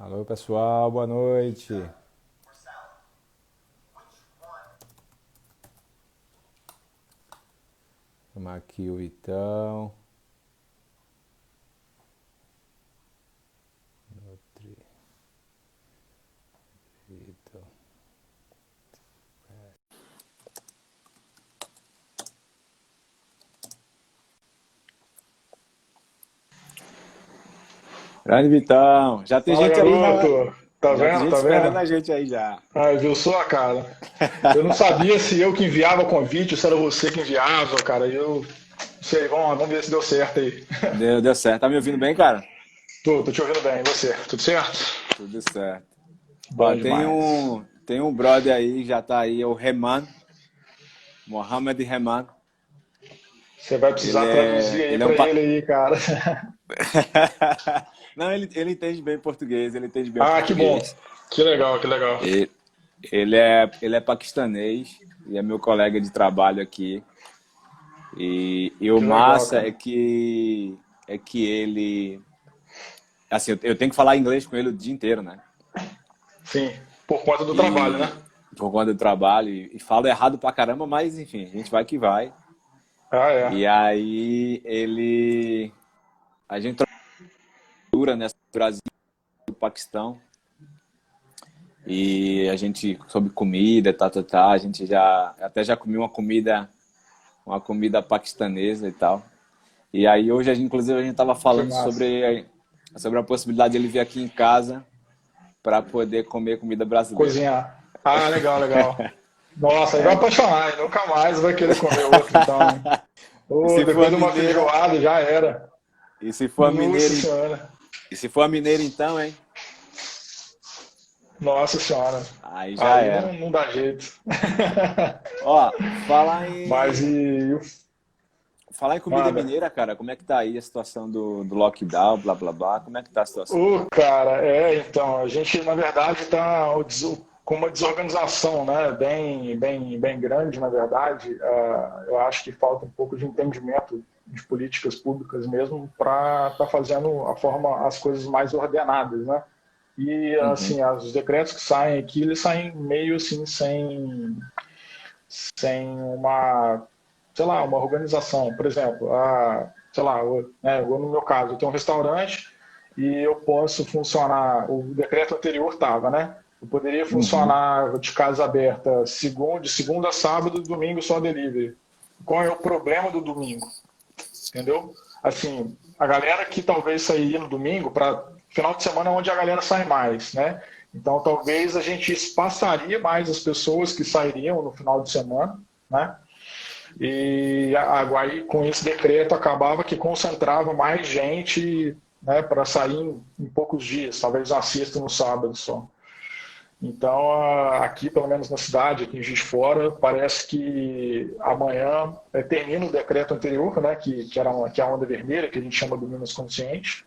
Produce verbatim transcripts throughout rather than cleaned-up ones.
Alô, pessoal, boa noite. Chamar aqui o Vitão. Vitor. Grande Vitão. Já tem Fala, gente aí na... garoto. Tá Já tem vendo? gente Tá esperando vendo? a gente aí já. Ah, viu só, cara? Eu não sabia se eu que enviava convite ou se era você que enviava, cara. Eu não sei, vamos, lá, vamos ver se deu certo aí. Deu, deu certo. Tá me ouvindo bem, cara? Tô, tô te ouvindo bem, e você? Tudo certo? Tudo certo. Ó, Bom tem demais. um, tem um brother aí, já tá aí, é o Reman, Mohamed Reman. Você vai Ele precisar traduzir é, aí ele é um... pra pa- ele aí, cara. Não, ele, ele entende bem português, ele entende bem o Ah, que bom. português. Que legal, que legal. E- Ele é, ele é paquistanês e é meu colega de trabalho aqui. E, e o Que legal, massa cara. é que é que ele, assim, eu, eu tenho que falar inglês com ele o dia inteiro, né? Sim, por conta do trabalho, né? E por conta do trabalho e, e falo errado pra caramba, mas enfim, a gente vai que vai. Ah, é. E aí ele a gente troca nessa Brasil, do Paquistão e a gente sobre comida, tá, tá, tá, a gente já até já comi uma comida uma comida paquistanesa e tal. E aí hoje, a gente- inclusive, a gente estava Que falando massa. sobre, sobre a possibilidade de ele vir aqui em casa para poder comer comida brasileira. Cozinhar. Ah, legal, legal. Nossa, aí vai É, apaixonar, e nunca mais vai querer comer outro, então, né? e Ô, se for depois a de uma mineira, feijoada já era. e se for a Nossa mineira, en- senhora. e se for a mineira então, hein? Nossa senhora. Aí já Aí não, era. não dá jeito. Ó, falar Mas em e. falar em comida Nada. mineira, cara, como é que tá aí a situação do, do lockdown, blá blá blá? Como é que tá a situação? O cara, é, então, a gente na verdade está com uma desorganização, né, bem, bem, bem grande, na verdade. Ah, eu acho que falta um pouco de entendimento de políticas públicas mesmo para estar fazendo a forma, as coisas mais ordenadas, né? E Uhum, assim, os decretos que saem aqui, eles saem meio assim sem, sem uma, sei lá, uma organização. Por exemplo, a, sei lá, eu, né, eu, no meu caso, eu tenho um restaurante e eu posso funcionar, o decreto anterior estava, né? Eu poderia uhum. funcionar de casa aberta segunda, de segunda a sábado, domingo só delivery. Qual é o problema do domingo? Entendeu? Assim, a galera que talvez sairia no domingo, para final de semana é onde a galera sai mais, né? Então, talvez a gente espaçaria mais as pessoas que sairiam no final de semana, né? E aí, com esse decreto, acabava que concentrava mais gente, né, para sair em, em poucos dias, talvez na sexta e no sábado só. Então, aqui, pelo menos na cidade, aqui em Juiz de Fora, parece que amanhã é, termina o decreto anterior, né, que, que, era uma, que é a onda vermelha, que a gente chama do Minas Consciente.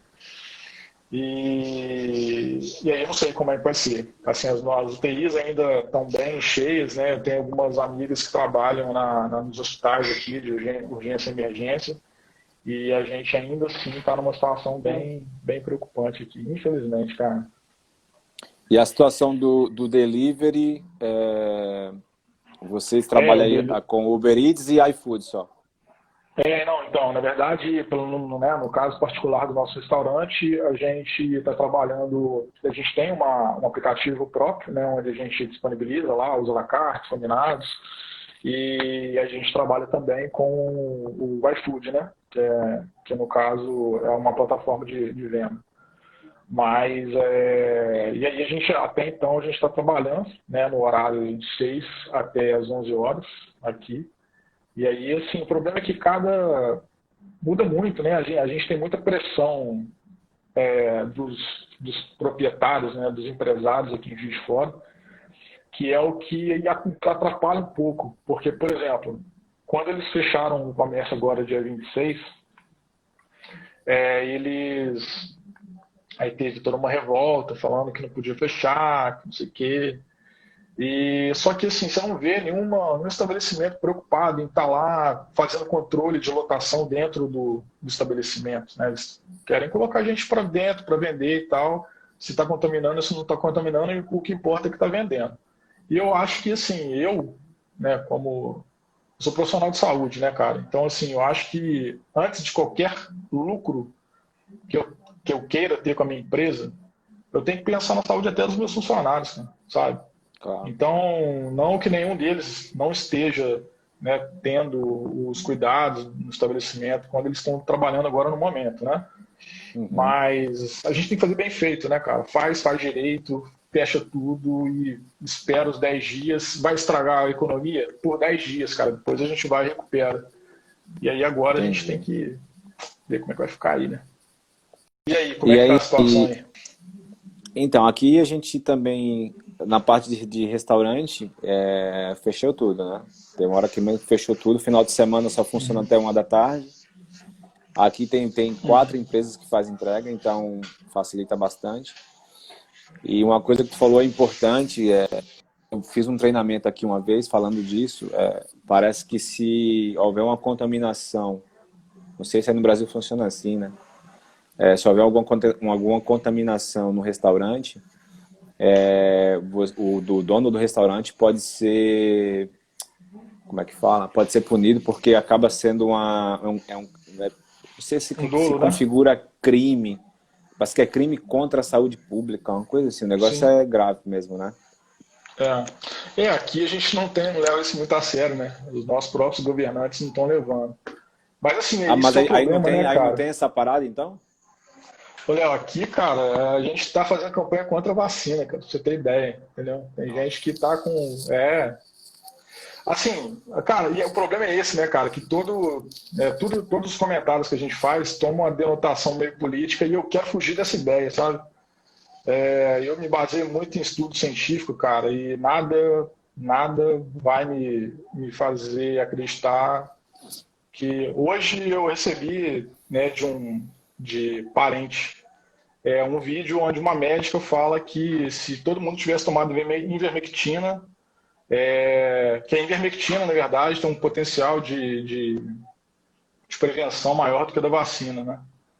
E, e aí eu não sei como é que vai ser. Assim, as, as U T Is ainda estão bem cheias, né? Eu tenho algumas amigas que trabalham na, na, nos hospitais aqui de urgência e emergência, e a gente ainda assim está numa situação bem, bem preocupante aqui, infelizmente, cara. E a situação do, do delivery, é, vocês É, trabalham o aí dele, ah, com Uber Eats e iFood só? É, não, então, na verdade, pelo, no, né, no caso particular do nosso restaurante, a gente está trabalhando, a gente tem uma, um aplicativo próprio, né, onde a gente disponibiliza lá os alacartes combinados, e a gente trabalha também com o iFood, né, que, é, que no caso é uma plataforma de, de venda. Mas, é, e aí a gente, até então, a gente está trabalhando, né, no horário de seis até as onze horas aqui. E aí, assim, o problema é que cada muda muito, né? A gente, a gente tem muita pressão é, dos, dos proprietários, né, dos empresários aqui em Juiz de Fora, que é o que atrapalha um pouco. Porque, por exemplo, quando eles fecharam o comércio agora, dia vinte e seis, é, eles... Aí teve toda uma revolta falando que não podia fechar, que não sei o quê. E, só que assim, você não vê nenhuma, nenhum estabelecimento preocupado em estar lá fazendo controle de lotação dentro do, do estabelecimento. Né? Eles querem colocar gente para dentro para vender e tal, se está contaminando, se não está contaminando, e o que importa é que está vendendo. E eu acho que, assim, eu, né, como eu sou profissional de saúde, né, cara? Então, assim, eu acho que antes de qualquer lucro que eu, que eu queira ter com a minha empresa, eu tenho que pensar na saúde até dos meus funcionários, cara, sabe? Claro. Então, não que nenhum deles não esteja, né, tendo os cuidados no estabelecimento quando eles estão trabalhando agora no momento, né? Uhum. Mas a gente tem que fazer bem feito, né, cara? Faz, faz direito, fecha tudo e espera os dez dias. Vai estragar a economia por dez dias, cara. Depois a gente vai e recupera. E aí agora Entendi. a gente tem que ver como é que vai ficar aí, né? E aí, como E é que tá aí, a situação aí? então, aqui a gente também, na parte de, de restaurante, é, fechou tudo, né? Tem uma hora que mesmo fechou tudo, final de semana só funciona até uma da tarde. Aqui tem, tem quatro empresas que fazem entrega, então facilita bastante. E uma coisa que tu falou é importante, é, eu fiz um treinamento aqui uma vez falando disso, é, parece que se houver uma contaminação, não sei se aí no Brasil funciona assim, né? É, se houver alguma, alguma contaminação no restaurante, é, o do dono do restaurante pode ser, como é que fala? Pode ser punido porque acaba sendo uma, um, é um, é, não sei se, Um se dolo, né? configura crime, parece que é crime contra a saúde pública, uma coisa assim, o negócio Sim. é grave mesmo, né? É. É, aqui a gente não tem, não leva isso muito a sério, né? Os nossos próprios governantes não estão levando. Mas assim, Ah, isso mas que é o aí, aí não problema, tem, né, aí não cara? tem essa parada, então? Ô, Léo, aqui, cara, a gente está fazendo campanha contra a vacina, cara, pra você ter ideia, entendeu? Tem gente Nossa. que tá com. É. Assim, cara, e o problema é esse, né, cara? Que todo, é, tudo, todos os comentários que a gente faz tomam uma denotação meio política e eu quero fugir dessa ideia, sabe? É, eu me baseio muito em estudo científico, cara, e nada, nada vai me, me fazer acreditar que hoje eu recebi, né, de um de parente é um vídeo onde uma médica fala que se todo mundo tivesse tomado ivermectina, é, que a ivermectina, na verdade, tem um potencial de, de, de prevenção maior do que a da vacina, né?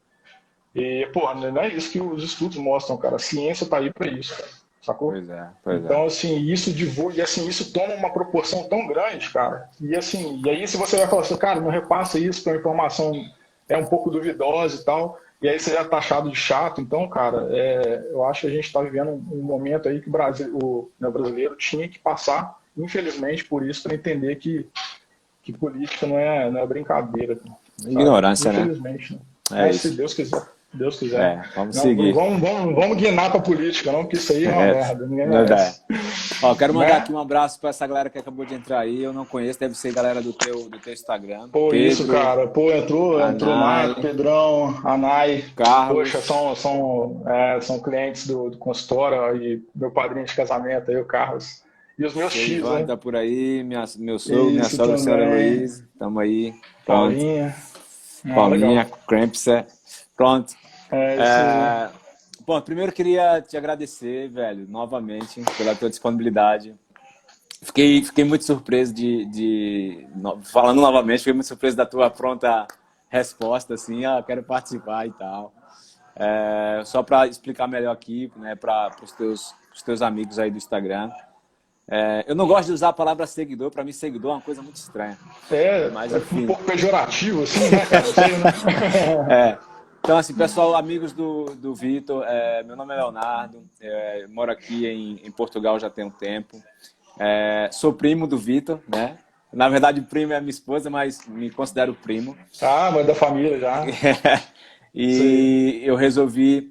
E, pô, não é isso que os estudos mostram, cara. A ciência está aí para isso, cara. Sacou? Pois é, pois é. Então, assim, isso divulga, e assim, isso toma uma proporção tão grande, cara. E assim, e aí se você vai falar assim, cara, não repassa isso, porque a informação é um pouco duvidosa e tal, e aí você já é taxado de chato. Então, cara, é, eu acho que a gente está vivendo um, um momento aí que o, Brasil, o, né, o brasileiro tinha que passar, infelizmente, por isso, para entender que, que política não é, não é brincadeira, sabe? Ignorância, né? Infelizmente, né? É Mas se isso. Deus quiser. Deus quiser. É, vamos Não, seguir. vamos, vamos, vamos guinar para política, não, porque isso aí é uma É, merda, ninguém verdade. merece. Ó, quero mandar aqui Né? um abraço para essa galera que acabou de entrar aí. Eu não conheço, deve ser galera do teu, do teu Instagram. Pô, isso, Pedro, cara. Pô, entrou, entrou Marco, Anai, Pedrão, Anai. Poxa, Carlos. são, são, é, são clientes do, do consultório ó, e meu padrinho de casamento aí, o Carlos. E os meus Seu tios, Ivan né? tá por aí, minha, meu sogro, minha Isso sogra, a senhora também. Luiz. Tamo aí. Pronto. Paulinha. Ah, Palminha, legal. Crampser. Pronto. É isso aí. É... Bom, primeiro eu queria te agradecer, velho, novamente, pela tua disponibilidade. Fiquei, fiquei muito surpreso de, de... Falando novamente, fiquei muito surpreso da tua pronta resposta, assim, ah, quero participar e tal. É... Só para explicar melhor aqui, né, para os teus, pros teus amigos aí do Instagram. É... Eu não gosto de usar a palavra seguidor, para mim seguidor é uma coisa muito estranha. É, Mas, é um enfim. pouco pejorativo, assim, né, cara? Não sei, né? É. Então, assim, pessoal, amigos do, do Vitor, é, meu nome é Leonardo, é, moro aqui em, em Portugal já tem um tempo. É, sou primo do Vitor, né? Na verdade, primo é a minha esposa, mas me considero primo. Ah, mas da família já. Sei. E eu resolvi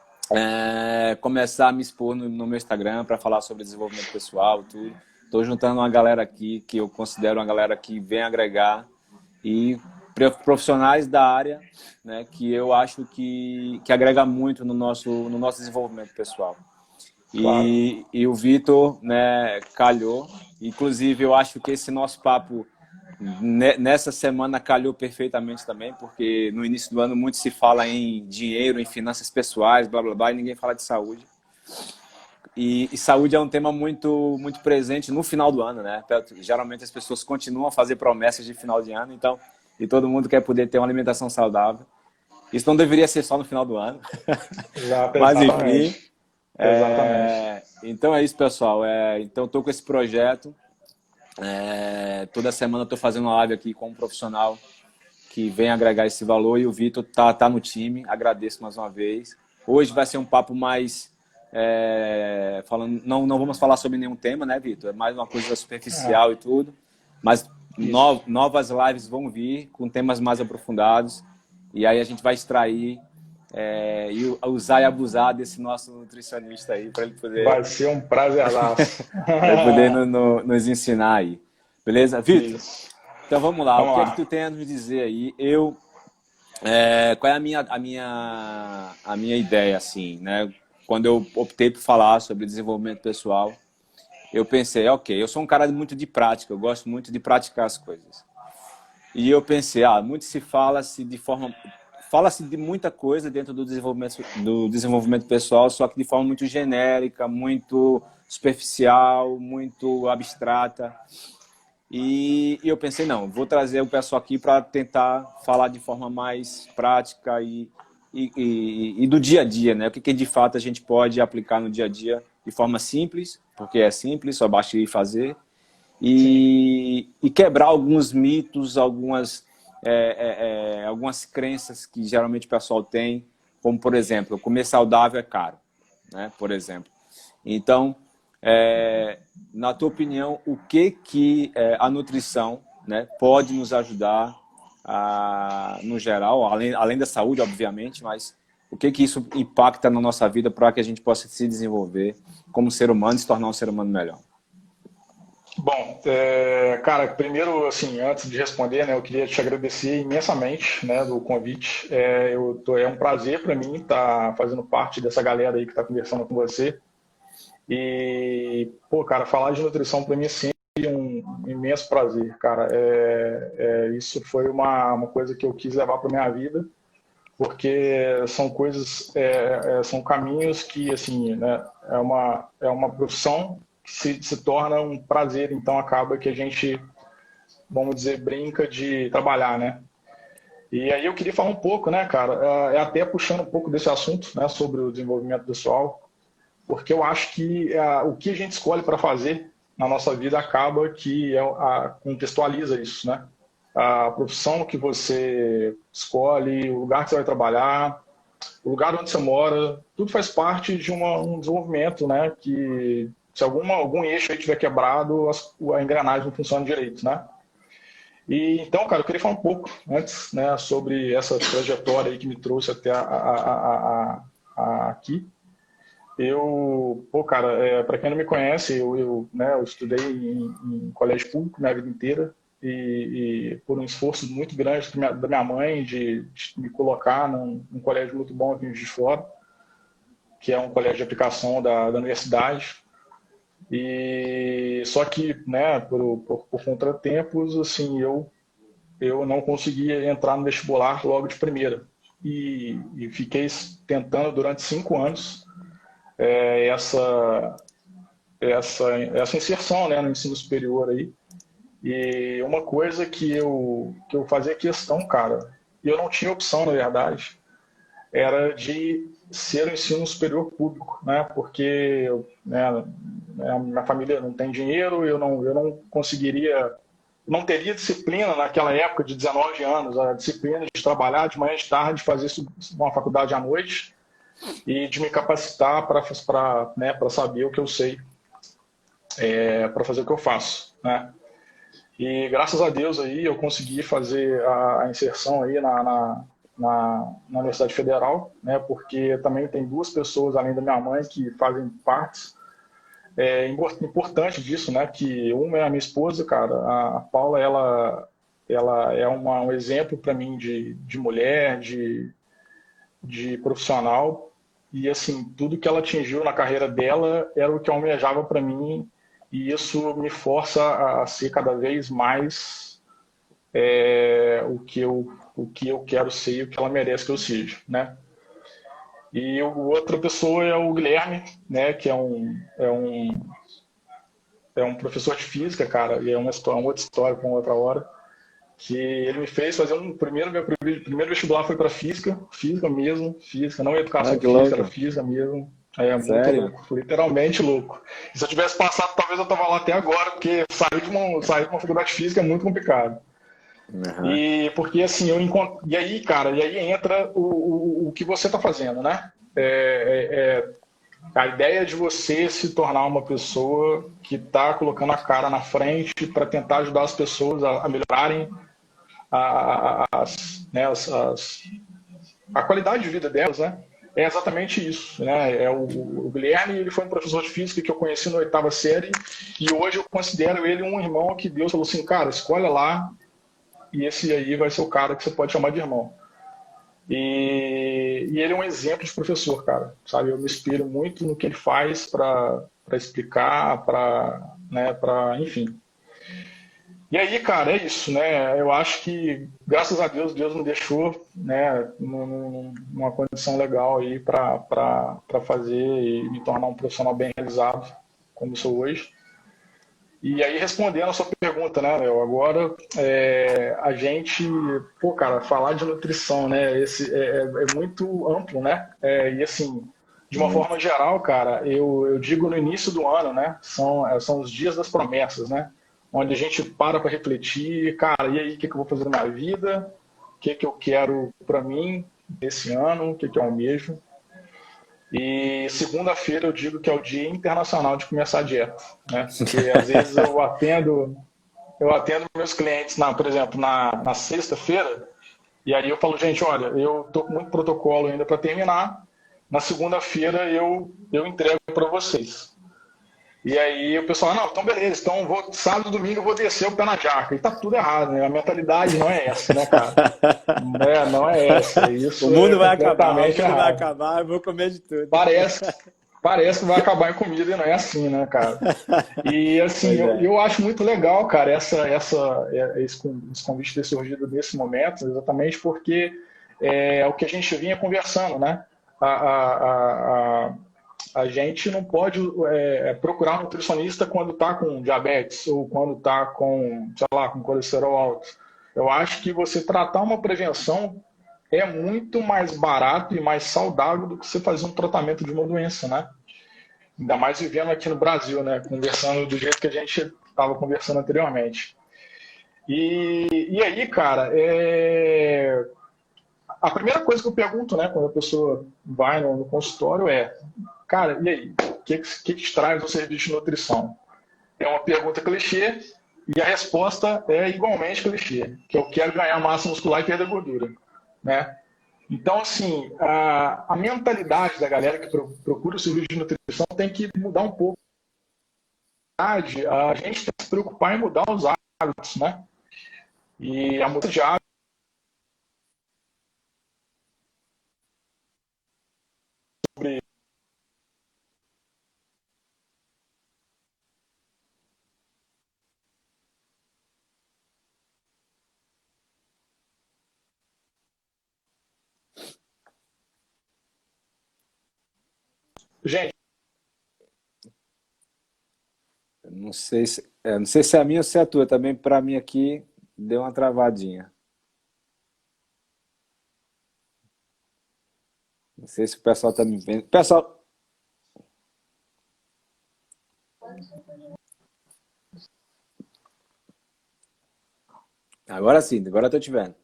é, começar a me expor no, no meu Instagram para falar sobre desenvolvimento pessoal e tudo. Estou juntando uma galera aqui que eu considero uma galera que vem agregar e profissionais da área, né, que eu acho que, que agrega muito no nosso, no nosso desenvolvimento pessoal. Claro. E, e o Vitor, né, calhou. Inclusive, eu acho que esse nosso papo nessa semana calhou perfeitamente também, porque no início do ano muito se fala em dinheiro, em finanças pessoais, blá, blá, blá, e ninguém fala de saúde. E, e saúde é um tema muito, muito presente no final do ano, né? Geralmente as pessoas continuam a fazer promessas de final de ano, então... E todo mundo quer poder ter uma alimentação saudável. Isso não deveria ser só no final do ano. Exato, Mas, exatamente. enfim, Exatamente. É, então é isso, pessoal. É, então estou com esse projeto. É, toda semana estou fazendo uma live aqui com um profissional que vem agregar esse valor e o Vitor tá, tá no time. Agradeço mais uma vez. Hoje vai ser um papo mais é, falando, não, não vamos falar sobre nenhum tema, né, Vitor? É mais uma coisa É, superficial e tudo. Mas isso. no, novas lives vão vir com temas mais aprofundados e aí a gente vai extrair é, e usar e abusar desse nosso nutricionista aí para ele poder, Vai ser um prazerzaço. pra ele poder no, no, nos ensinar aí. Beleza? Vitor, Isso. então vamos lá. O Vamos que é que lá. tu tem a nos dizer aí? Eu, é, qual é a minha, a minha, a minha ideia, assim, né? Quando eu optei por falar sobre desenvolvimento pessoal, eu pensei, ok, eu sou um cara muito de prática, eu gosto muito de praticar as coisas. E eu pensei, ah, muito se fala-se de forma... Fala-se de muita coisa dentro do desenvolvimento, do desenvolvimento pessoal, só que de forma muito genérica, muito superficial, muito abstrata. E, e eu pensei, não, vou trazer o pessoal aqui para tentar falar de forma mais prática e, e, e, e do dia a dia, né? O que, que de fato a gente pode aplicar no dia a dia de forma simples, porque é simples, só basta ir fazer, Sim. e, e quebrar alguns mitos, algumas, é, é, é, algumas crenças que geralmente o pessoal tem, como, por exemplo, comer saudável é caro, né? Por exemplo. Então, é, na tua opinião, o que, que é, a nutrição, né, pode nos ajudar, a, no geral, além, além da saúde, obviamente, mas o que, que isso impacta na nossa vida para que a gente possa se desenvolver como ser humano e se tornar um ser humano melhor? Bom, é, cara, primeiro, assim, antes de responder, né, eu queria te agradecer imensamente, né, do convite. É, eu tô, é um prazer para mim estar fazendo parte dessa galera aí que está conversando com você. E, pô, cara, falar de nutrição para mim é sempre um imenso prazer, cara. É, é, isso foi uma, uma coisa que eu quis levar para minha vida, porque são coisas, é, é, são caminhos que, assim, né, é uma, é uma profissão que se, se torna um prazer, então acaba que a gente, vamos dizer, brinca de trabalhar, né? E aí eu queria falar um pouco, né, cara, é, é até puxando um pouco desse assunto, né, sobre o desenvolvimento pessoal, porque eu acho que é, o que a gente escolhe para fazer na nossa vida acaba que é, a, contextualiza isso, né? A profissão que você escolhe, o lugar que você vai trabalhar, o lugar onde você mora, tudo faz parte de uma, um desenvolvimento, né? Que se alguma, algum eixo aí tiver quebrado, as, a engrenagem não funciona direito, né? E então, cara, eu queria falar um pouco antes, né, sobre essa trajetória aí que me trouxe até a, a, a, a, aqui. Eu, pô, cara, é, para quem não me conhece, eu, eu, né, eu estudei em, em colégio público minha vida inteira e, e por um esforço muito grande da minha, da minha mãe de, de me colocar num, num colégio muito bom aqui em Juiz de Fora, que é um colégio de aplicação da, da universidade. E só que, né, por, por, por contratempos, assim, eu eu não conseguia entrar no vestibular logo de primeira e, e fiquei tentando durante cinco anos é, essa essa essa inserção, né, no ensino superior aí. E uma coisa que eu que eu fazia questão, cara, e eu não tinha opção na verdade, era de ser o ensino superior público, né? Porque né, a minha família não tem dinheiro, eu não, eu não conseguiria, não teria disciplina naquela época de dezenove anos, a disciplina de trabalhar de manhã e de tarde, fazer uma faculdade à noite e de me capacitar para né, para saber o que eu sei, é, para fazer o que eu faço, né? E graças a Deus aí eu consegui fazer a, a inserção aí na, na, na, na Universidade Federal, né? Porque também tem duas pessoas além da minha mãe que fazem parte é, importante disso, né? Que uma é a minha esposa, cara, a, a Paula, ela, ela é uma, um exemplo para mim de, de mulher, de, de profissional e assim tudo que ela atingiu na carreira dela era o que eu almejava para mim e isso me força a ser cada vez mais é, o que eu o que eu quero ser e o que ela merece que eu seja, né? E o outra pessoa é o Guilherme, né? Que é um é um é um professor de física, cara, e é uma, história, uma outra história para uma outra hora. Que ele me fez fazer um primeiro meu primeiro vestibular foi para física, física mesmo, física, não Ah, educação que física, era louco. física mesmo. É muito Sério? louco, literalmente louco. E se eu tivesse passado, talvez eu tava lá até agora, porque sair de uma, sair de uma faculdade física é muito complicado. Aham. E porque assim, eu encontro. E aí, cara, e aí entra o, o, o que você está fazendo, né? É, é, é a ideia de você se tornar uma pessoa que está colocando a cara na frente para tentar ajudar as pessoas a, a melhorarem a, a, as, né, as, as, a qualidade de vida delas, né? É exatamente isso, né? É o, o Guilherme, ele foi um professor de física que eu conheci na oitava série e hoje eu considero ele um irmão que Deus falou assim, cara, escolha lá e esse aí vai ser o cara que você pode chamar de irmão. E, e ele é um exemplo de professor, cara, sabe? Eu me inspiro muito no que ele faz para explicar, para, né, para, enfim. E aí, cara, é isso, né? Eu acho que, graças a Deus, Deus me deixou, né, numa condição legal aí para fazer e me tornar um profissional bem realizado, como sou hoje. E aí, respondendo a sua pergunta, né, Léo? Agora, é, a gente, pô, cara, falar de nutrição, né? Esse é, é é muito amplo, né? É, e assim, de uma forma Muito. geral, cara, eu, eu digo no início do ano, né? São, é, são os dias das promessas, né? Onde a gente para para refletir, cara, e aí, o que, que eu vou fazer na minha vida? O que, que eu quero para mim esse ano? O que, que eu almejo? E segunda-feira eu digo que é o Dia Internacional de Começar a Dieta, né? Porque às vezes eu atendo, eu atendo meus clientes, na, por exemplo, na, na sexta-feira, e aí eu falo, gente, olha, eu tô com muito protocolo ainda para terminar, na segunda-feira eu, eu entrego para vocês. E aí o pessoal, não, então beleza, então vou, sábado e domingo eu vou descer o pé na jaca. E tá tudo errado, né? A mentalidade não é essa, né, cara? É, não é essa. O Isso é mundo vai acabar, o completamente mundo vai errado. acabar, eu vou comer de tudo. Parece, parece que vai acabar em comida e não é assim, né, cara? E assim, Pois eu, é. eu acho muito legal, cara, essa, essa, é, esse, con- esse convite ter surgido nesse momento, exatamente porque é o que a gente vinha conversando, né? A, a, a, a, a gente não pode é, procurar um nutricionista quando está com diabetes ou quando está com, sei lá, com colesterol alto. Eu acho que você tratar uma prevenção é muito mais barato e mais saudável do que você fazer um tratamento de uma doença, né? Ainda mais vivendo aqui no Brasil, né? Conversando do jeito que a gente estava conversando anteriormente. E, e aí, cara, é... a primeira coisa que eu pergunto, né, quando a pessoa vai no, no consultório é, cara, e aí? O que, que, que traz o serviço de nutrição? É uma pergunta clichê e a resposta é igualmente clichê, que eu quero ganhar massa muscular e perder gordura, né? Então, assim, a, a mentalidade da galera que pro, procura o serviço de nutrição tem que mudar um pouco. A gente tem que se preocupar em mudar os hábitos, né? E a mudança de hábitos. Sobre... Gente, Não sei se, é, não sei se é a minha ou se é a tua. Também para mim aqui deu uma travadinha. Não sei se o pessoal tá me vendo. Pessoal, agora sim, agora eu tô te vendo.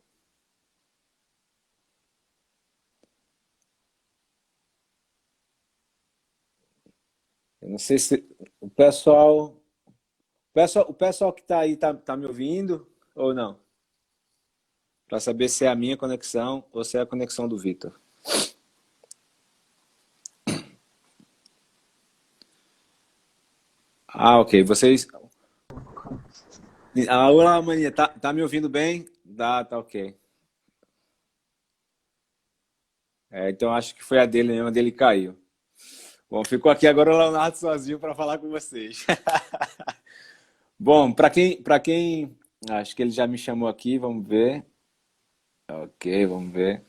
Eu não sei se o pessoal, o pessoal, o pessoal que tá aí tá, tá me ouvindo ou não? Para saber se é a minha conexão ou se é a conexão do Vitor. Ah, ok. Vocês. Ah, olá, maninha. Tá, tá me ouvindo bem? Tá, tá ok. É, então acho que foi a dele mesmo, a dele caiu. Bom, ficou aqui agora o Leonardo sozinho para falar com vocês. Bom, para quem, para quem, acho que ele já me chamou aqui, vamos ver. Ok, vamos ver.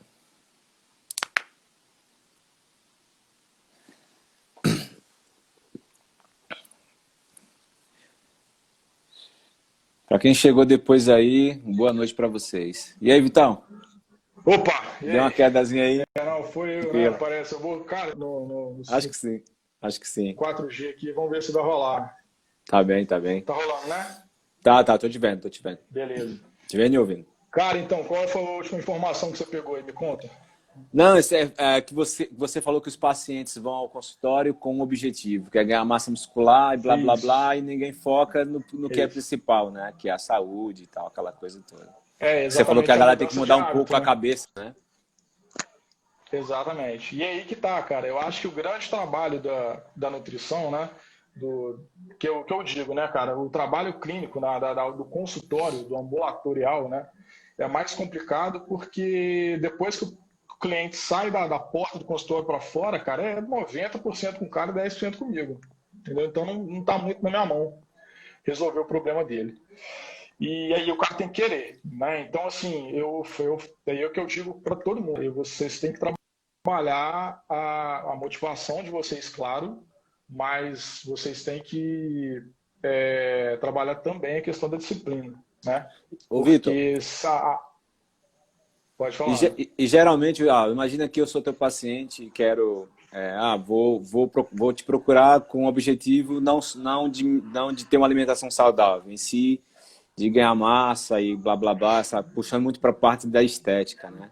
Para quem chegou depois aí, boa noite para vocês. E aí, Vitão? opa, e Deu uma aí? quedazinha aí? É, não, foi eu, né? Tranquilo. Parece. Eu vou, cara, no, no, no Acho que sim. Acho que sim. quatro G aqui, vamos ver se vai rolar. Tá bem, tá bem. Tá rolando, né? Tá, tá, tô te vendo, tô te vendo. Beleza. Te vendo e ouvindo. Cara, então, qual foi a última informação que você pegou aí? Me conta. Não, isso é, é que você, você falou que os pacientes vão ao consultório com um objetivo, que é ganhar massa muscular e blá, blá, Isso. blá, e ninguém foca no, no que é Isso. principal, né? Que é a saúde e tal, aquela coisa toda. É, Você falou exatamente que a a galera tem que mudança de mudar um hábito, pouco a né? cabeça, né? Exatamente. E aí que tá, cara. Eu acho que o grande trabalho da, da nutrição, né? Do, que, eu, que eu digo, né, cara? O trabalho clínico na, da, da- do consultório, do ambulatorial, né? É mais complicado porque depois que o cliente sai da, da porta do consultório para fora, cara, é noventa por cento com o cara e dez por cento comigo. Entendeu? Então não, não tá muito na minha mão resolver o problema dele. E aí o cara tem que querer, né? Então, assim, eu, eu, é o que eu digo para todo mundo. Vocês têm que trabalhar a, a motivação de vocês, claro, mas vocês têm que é, trabalhar também a questão da disciplina, né? Ô, Vitor, Porque... sa- Pode e, falar. ge- e- e geralmente, ah, imagina que eu sou teu paciente e quero, é, ah, vou, vou, pro- vou te procurar com o objetivo não, não, de, não de ter uma alimentação saudável, em si, de ganhar massa e blá, blá, blá, sabe? Puxando muito para a parte da estética, né?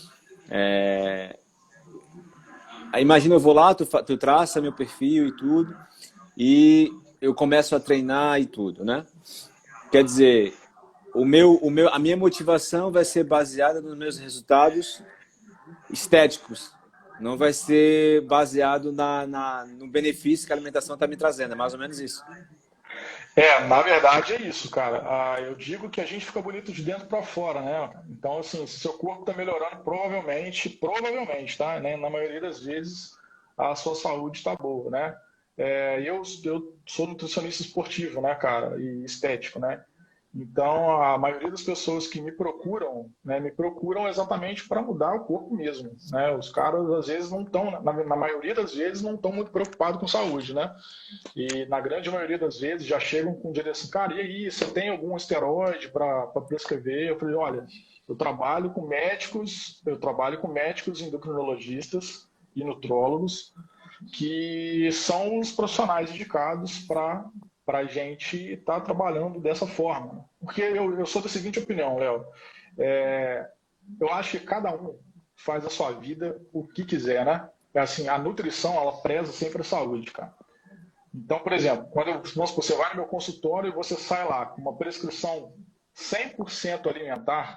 Aí imagina, eu vou lá, tu, fa- tu traça meu perfil e tudo, e eu começo a treinar e tudo, né? Quer dizer, o meu, o meu, a minha motivação vai ser baseada nos meus resultados estéticos. Não vai ser baseado na, na, no benefício que a alimentação está me trazendo. É mais ou menos isso. É, na verdade é isso, cara. Ah, eu digo que a gente fica bonito de dentro para fora, né? Então, assim, se seu corpo está melhorando, provavelmente, provavelmente, tá? Né? Na maioria das vezes, a sua saúde está boa, né? É, eu, eu sou nutricionista esportivo, né, cara, e estético, né? Então, a maioria das pessoas que me procuram, né, me procuram exatamente para mudar o corpo mesmo, né? Os caras, às vezes, não estão, na, na maioria das vezes, não estão muito preocupados com saúde, né? E, na grande maioria das vezes, já chegam com direção, cara, e aí, você tem algum esteroide para prescrever? Eu falei, olha, eu trabalho com médicos, eu trabalho com médicos endocrinologistas e nutrólogos, que são os profissionais indicados para para a gente estar tá trabalhando dessa forma. Porque eu, eu sou da seguinte opinião, Léo. É, eu acho que cada um faz a sua vida o que quiser, né? É assim, a nutrição, ela preza sempre a saúde, cara. Então, por exemplo, quando eu, vamos supor, você vai no meu consultório e você sai lá com uma prescrição cem por cento alimentar,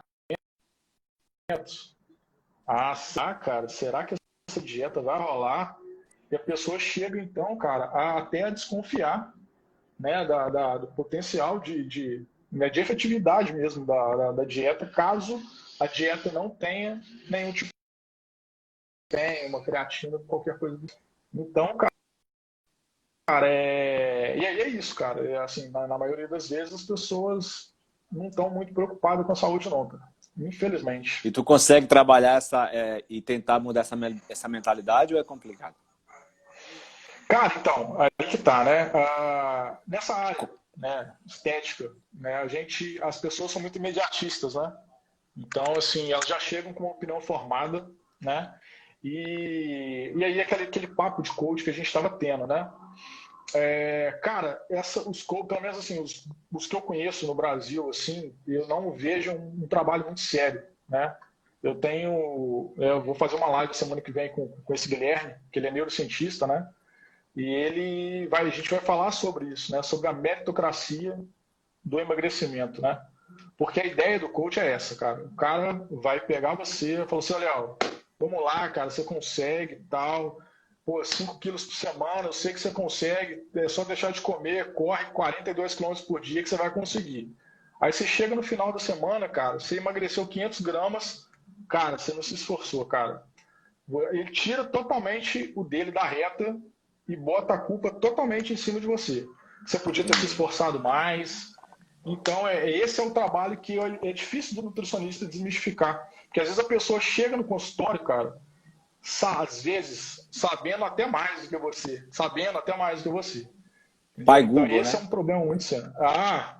ah, tá, cara, será que essa dieta vai rolar? E a pessoa chega, então, cara, a, até a desconfiar, né, da, da, do potencial de, de, né, de efetividade mesmo da, da, da dieta, caso a dieta não tenha nenhum tipo de uma creatina, qualquer coisa. Então, cara, é... e aí é isso, cara. É, assim, na, na maioria das vezes as pessoas não estão muito preocupadas com a saúde não, cara. Infelizmente. E tu consegue trabalhar essa, é, e tentar mudar essa, essa mentalidade ou é complicado? Cara, então, aí que tá, né? Ah, nessa área, né, estética, né, a gente, as pessoas são muito imediatistas, né? Então, assim, elas já chegam com uma opinião formada, né? E, e aí aquele, aquele papo de coach que a gente estava tendo, né? É, cara, essa, os coach, pelo menos assim, os, os que eu conheço no Brasil, assim, eu não vejo um, um trabalho muito sério, né? Eu tenho, eu vou fazer uma live semana que vem com, com esse Guilherme, que ele é neurocientista, né? E ele vai, a gente vai falar sobre isso, né? Sobre a meritocracia do emagrecimento, né? Porque a ideia do coach é essa, cara. O cara vai pegar você e falar assim, olha, ó, vamos lá, cara, você consegue e tal. Pô, cinco quilos por semana, eu sei que você consegue. É só deixar de comer, corre quarenta e dois quilômetros por dia que você vai conseguir. Aí você chega no final da semana, cara, você emagreceu quinhentos gramas, cara, você não se esforçou, cara. Ele tira totalmente o dele da reta e bota a culpa totalmente em cima de você. Você podia ter se esforçado mais. Então, é, esse é um trabalho que é difícil do nutricionista desmistificar. Porque às vezes a pessoa chega no consultório, cara, às vezes sabendo até mais do que você. Sabendo até mais do que você. Pai Entendeu? Então, Google, esse né? é um problema muito sério. Ah,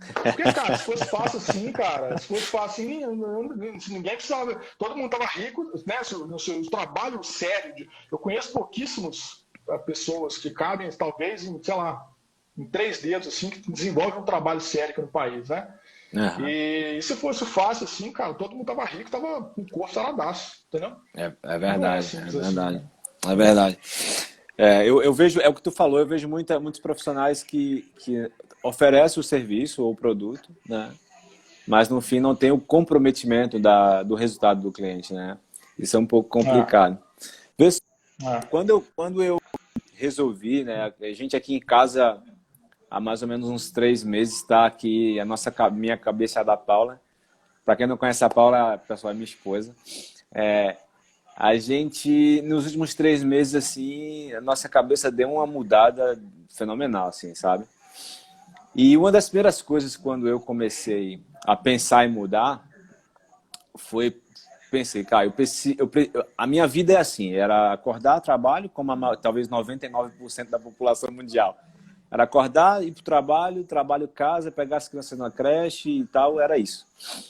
Porque, cara, se fosse fácil assim, cara, se fosse fácil assim, ninguém precisava. Todo mundo tava rico, né? No seu trabalho sério. De, eu conheço pouquíssimas pessoas que cabem, talvez, em, sei lá, em três dedos, assim, que desenvolvem um trabalho sério aqui no país, né? Uhum. E, e se fosse fácil assim, cara, todo mundo tava rico, tava com o corpo saradaço, entendeu? É, é verdade, é, assim, é verdade. Assim, né? É verdade. É, eu, eu vejo, é o que tu falou, eu vejo muita, muitos profissionais que, que oferecem o serviço ou o produto, né? Mas no fim não tem o comprometimento da, do resultado do cliente, né? Isso é um pouco complicado. É. É. Quando, eu, quando eu resolvi, né? A gente aqui em casa há mais ou menos uns três meses está aqui a nossa minha cabeça é da Paula. Para quem não conhece a Paula, a pessoa é minha esposa. É, a gente, nos últimos três meses, assim, a nossa cabeça deu uma mudada fenomenal, assim, sabe? E uma das primeiras coisas quando eu comecei a pensar em mudar foi, pensei, cara, eu preciso, eu, a minha vida é assim, era acordar, trabalho, como a, talvez noventa e nove por cento da população mundial. Era acordar, ir para o trabalho, trabalho, casa, pegar as crianças na creche e tal, era isso.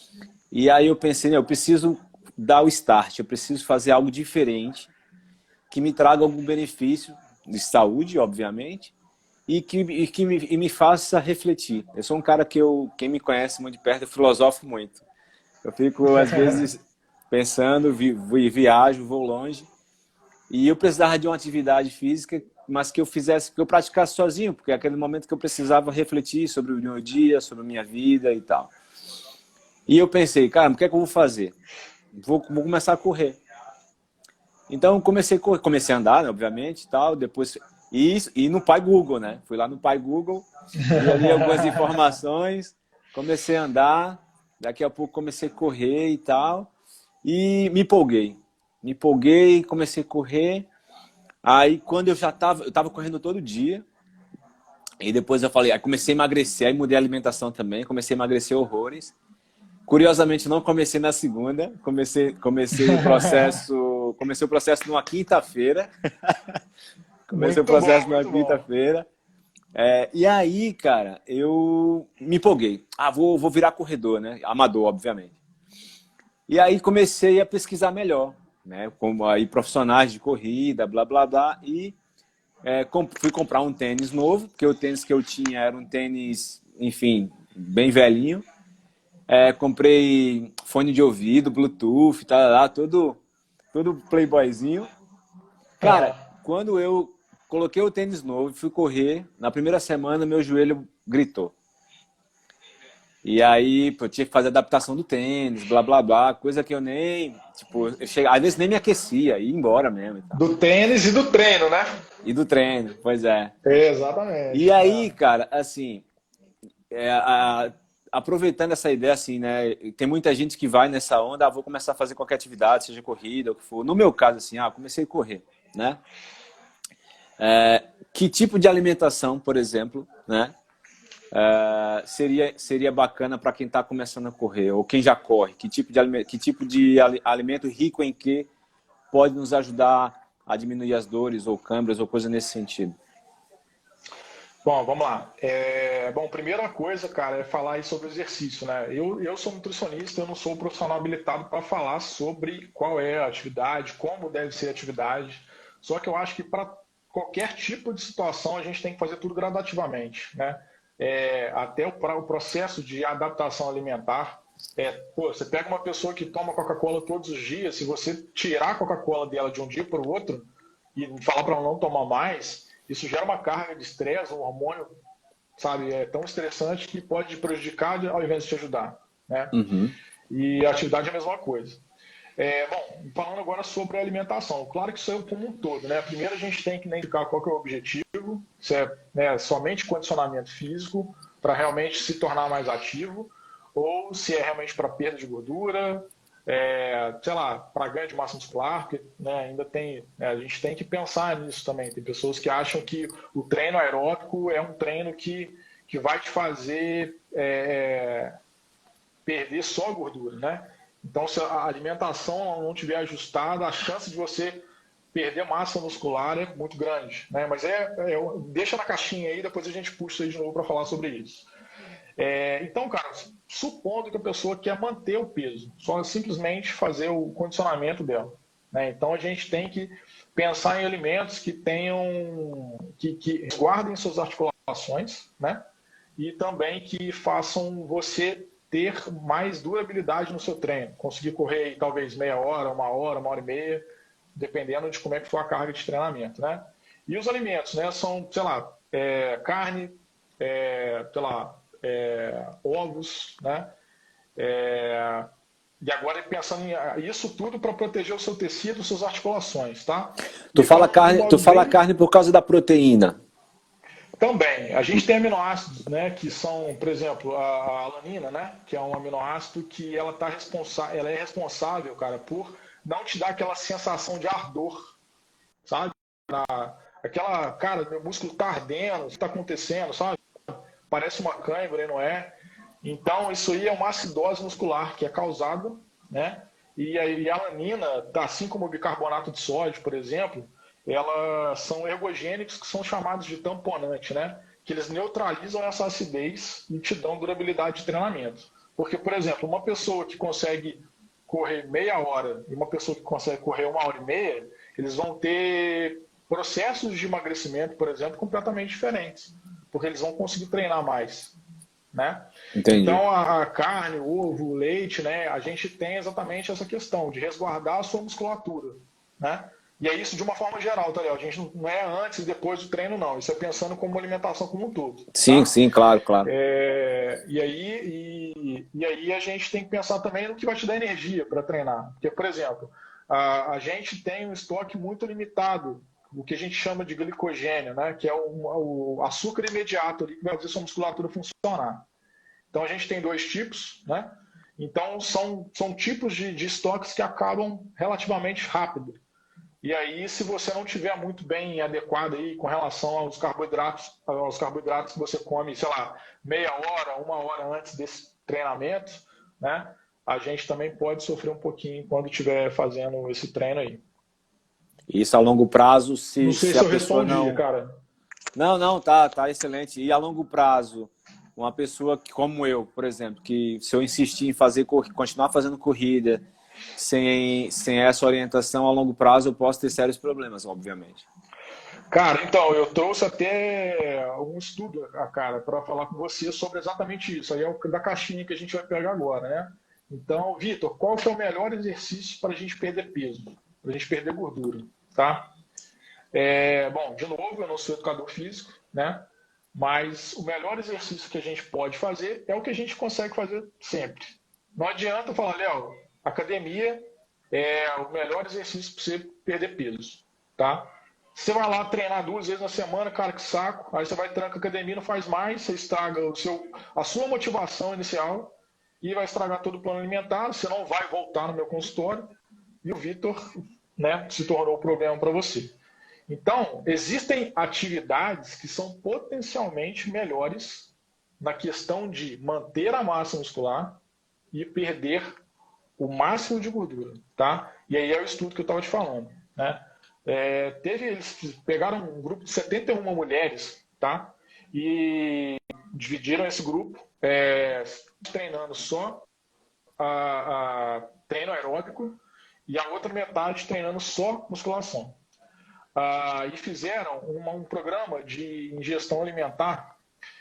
E aí eu pensei, eu preciso dar o start, eu preciso fazer algo diferente, que me traga algum benefício de saúde, obviamente, e que, e que me, e me faça refletir. Eu sou um cara que, eu, quem me conhece muito de perto, eu filosofo muito. Eu fico, às vezes, pensando, vi, vi, viajo, vou longe, e eu precisava de uma atividade física, mas que eu fizesse, que eu praticasse sozinho, porque é aquele momento que eu precisava refletir sobre o meu dia, sobre a minha vida e tal. E eu pensei, cara, o que é que eu vou fazer? Vou, vou começar a correr. Então, comecei a correr, comecei a andar, né, obviamente, e tal, depois... E, e no Pai Google, né? Fui lá no Pai Google, vi ali algumas informações, comecei a andar, daqui a pouco comecei a correr e tal, e me empolguei. Me empolguei, comecei a correr. Aí, quando eu já estava, eu estava correndo todo dia, e depois eu falei, aí comecei a emagrecer, aí mudei a alimentação também, comecei a emagrecer horrores. Curiosamente, não comecei na segunda, comecei, comecei o processo, comecei o processo numa quinta-feira. comecei muito o processo bom, numa quinta-feira. É, e aí, cara, eu me empolguei. Ah, vou, vou virar corredor, né? Amador, obviamente. E aí comecei a pesquisar melhor, né? Como aí profissionais de corrida, blá, blá, blá. E é, fui comprar um tênis novo, porque o tênis que eu tinha era um tênis, enfim, bem velhinho. É, comprei fone de ouvido, Bluetooth, tá lá, todo, todo playboyzinho. Cara, quando eu coloquei o tênis novo e fui correr, na primeira semana meu joelho gritou. E aí, pô, eu tinha que fazer adaptação do tênis, blá, blá, blá, coisa que eu nem, tipo, eu cheguei, às vezes nem me aquecia, ia embora mesmo. E tal. Do tênis e do treino, né? E do treino, pois é. Exatamente. E aí, cara, assim, é, a, aproveitando essa ideia, assim, né, tem muita gente que vai nessa onda, ah, vou começar a fazer qualquer atividade, seja corrida, ou o que for. No meu caso, assim, ah, comecei a correr, né? É, que tipo de alimentação, por exemplo, né? Uh, seria, seria bacana para quem está começando a correr ou quem já corre? Que tipo de alimento, que tipo de alimento rico em que pode nos ajudar a diminuir as dores ou câimbras ou coisa nesse sentido? Bom, vamos lá. É, bom, primeira coisa, cara, é falar aí sobre o exercício, né? Eu, eu sou nutricionista, eu não sou um profissional habilitado para falar sobre qual é a atividade, como deve ser a atividade. Só que eu acho que para qualquer tipo de situação a gente tem que fazer tudo gradativamente, né? É, até o, o processo de adaptação alimentar. É, pô, você pega uma pessoa que toma Coca-Cola todos os dias, se você tirar a Coca-Cola dela de um dia para o outro e falar para ela não tomar mais, isso gera uma carga de estresse, um hormônio, sabe, é tão estressante que pode te prejudicar ao invés de te ajudar, né? Uhum. E a atividade é a mesma coisa. É, bom, falando agora sobre a alimentação, claro que isso é como um todo, né? Primeiro a gente tem que identificar qual que é o objetivo, se é, né, somente condicionamento físico para realmente se tornar mais ativo, ou se é realmente para perda de gordura, é, sei lá, para ganho de massa muscular, porque né, ainda tem, né, a gente tem que pensar nisso também. Tem pessoas que acham que o treino aeróbico é um treino que, que vai te fazer é, perder só gordura, né? Então, se a alimentação não estiver ajustada, a chance de você perder massa muscular é muito grande, né? Mas é, é deixa na caixinha aí, depois a gente puxa isso aí de novo para falar sobre isso. É, então, cara, supondo que a pessoa quer manter o peso, só simplesmente fazer o condicionamento dela, né? Então, a gente tem que pensar em alimentos que tenham, que, que guardem suas articulações, né? E também que façam você ter mais durabilidade no seu treino, conseguir correr aí, talvez meia hora, uma hora, uma hora e meia, dependendo de como é que for a carga de treinamento, né? E os alimentos, né? São, sei lá, é, carne, é, sei lá, é, ovos, né? É, e agora pensando em isso tudo para proteger o seu tecido, suas articulações, tá? Tu E fala falando de carne, tu modo fala bem, carne por causa da proteína. também, a gente tem aminoácidos, né, que são, por exemplo, a alanina, né, que é um aminoácido que ela tá responsável, ela é responsável, cara, por não te dar aquela sensação de ardor, sabe? Aquela, cara, meu músculo tá ardendo, o que tá acontecendo, sabe? Parece uma cãibra e não é. Então, isso aí é uma acidose muscular que é causada, né? E a, e a alanina, assim como o bicarbonato de sódio, por exemplo, elas são ergogênicos, que são chamados de tamponante, né? Que eles neutralizam essa acidez e te dão durabilidade de treinamento. Porque, por exemplo, uma pessoa que consegue correr meia hora e uma pessoa que consegue correr uma hora e meia, eles vão ter processos de emagrecimento, por exemplo, completamente diferentes, porque eles vão conseguir treinar mais, né? Entendi. Então, a, a carne, o ovo, o leite, né? A gente tem exatamente essa questão de resguardar a sua musculatura, né? E é isso de uma forma geral, tá, Léo? A gente não é antes e depois do treino, não. Isso é pensando como alimentação como um todo, Sim, tá? sim, claro, claro. É, e, aí, e, e aí a gente tem que pensar também no que vai te dar energia para treinar. Porque, por exemplo, a, a gente tem um estoque muito limitado, o que a gente chama de glicogênio, né? Que é o, o açúcar imediato ali que vai fazer sua musculatura funcionar. Então a gente tem dois tipos, né? Então são, são tipos de, de estoques que acabam relativamente rápido. E aí, se você não tiver muito bem adequado aí com relação aos carboidratos, aos carboidratos que você come, sei lá, meia hora, uma hora antes desse treinamento, né? A gente também pode sofrer um pouquinho quando estiver fazendo esse treino aí. Isso a longo prazo, Não se, sei se se a eu pessoa respondi, não. cara. Não, não, tá, tá excelente. E a longo prazo, uma pessoa que, como eu, por exemplo, que se eu insistir em fazer, continuar fazendo corrida sem, sem essa orientação a longo prazo, eu posso ter sérios problemas, obviamente. Cara, então, eu trouxe até um estudo, ah, cara, para falar com você sobre exatamente isso. Aí é o da caixinha que a gente vai pegar agora, né? Então, Vitor, qual que é o melhor exercício para a gente perder peso, para a gente perder gordura, tá? É, bom, de novo, eu não sou educador físico, né? Mas o melhor exercício que a gente pode fazer é o que a gente consegue fazer sempre. Não adianta falar, Léo, academia é o melhor exercício para você perder peso, tá? Você vai lá treinar duas vezes na semana, cara, que saco. Aí você vai tranca a academia, não faz mais, você estraga o seu, a sua motivação inicial e vai estragar todo o plano alimentar. Você não vai voltar no meu consultório e o Vitor, né, se tornou o problema para você. Então, existem atividades que são potencialmente melhores na questão de manter a massa muscular e perder o máximo de gordura, tá? E aí é o estudo que eu estava te falando, né? É, teve, eles pegaram um grupo de setenta e uma mulheres, tá? E dividiram esse grupo é, treinando só a, a treino aeróbico e a outra metade treinando só musculação. Ah, e fizeram uma, um programa de ingestão alimentar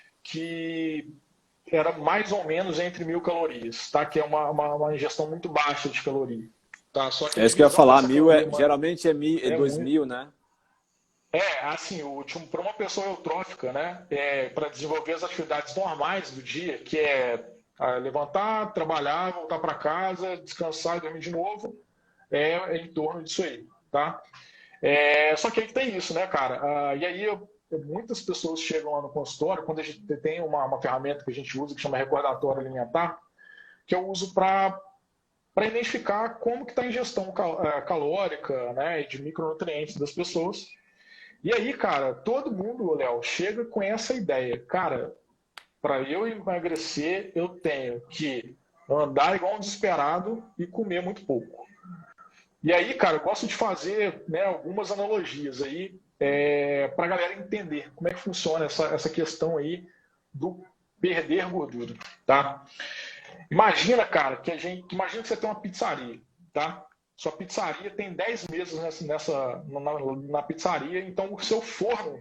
que era mais ou menos entre mil calorias, tá? Que é uma, uma, uma ingestão muito baixa de caloria. Tá? Só que a É isso que eu ia divisão falar, dessa mil é, caloria, mano, geralmente é, mil, é é dois muito. mil, né? É, assim, para uma pessoa eutrófica, né? É, para desenvolver as atividades normais do dia, que é ah, levantar, trabalhar, voltar para casa, descansar e dormir de novo, é, é em torno disso aí, tá? É, só que aí tem isso, né, cara? Ah, e aí eu, muitas pessoas chegam lá no consultório, quando a gente tem uma, uma ferramenta que a gente usa, que chama recordatório alimentar, que eu uso para para identificar como que está a ingestão cal, é, calórica, né, e de micronutrientes das pessoas. E aí, cara, todo mundo, Léo, chega com essa ideia. Cara, para eu emagrecer, eu tenho que andar igual um desesperado e comer muito pouco. E aí, cara, eu gosto de fazer, né, algumas analogias aí é, para a galera entender como é que funciona essa, essa questão aí do perder gordura, tá? Imagina, cara, que a gente, imagina que você tem uma pizzaria, tá? Sua pizzaria tem dez mesas nessa, nessa na, na pizzaria, então o seu forno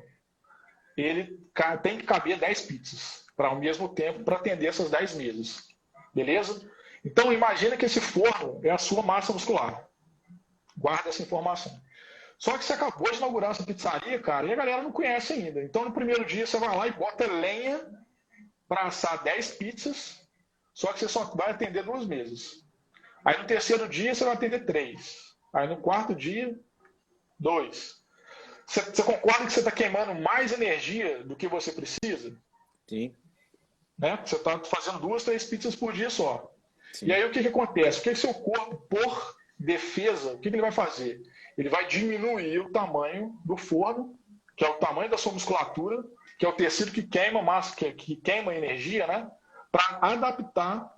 ele tem que caber dez pizzas para ao mesmo tempo para atender essas dez mesas. Beleza? Então imagina que esse forno é a sua massa muscular. Guarda essa informação. Só que você acabou de inaugurar essa pizzaria, cara, e a galera não conhece ainda. Então no primeiro dia você vai lá e bota lenha para assar dez pizzas, só que você só vai atender duas mesas. Aí no terceiro dia você vai atender três. Aí no quarto dia, dois. Você, você concorda que você está queimando mais energia do que você precisa? Sim. Né? Você está fazendo duas, três pizzas por dia só. Sim. E aí o que, que acontece? O que, que seu corpo, por defesa, o que, que ele vai fazer? Ele vai diminuir o tamanho do forno, que é o tamanho da sua musculatura, que é o tecido que queima massa, que, que queima energia, né? Para adaptar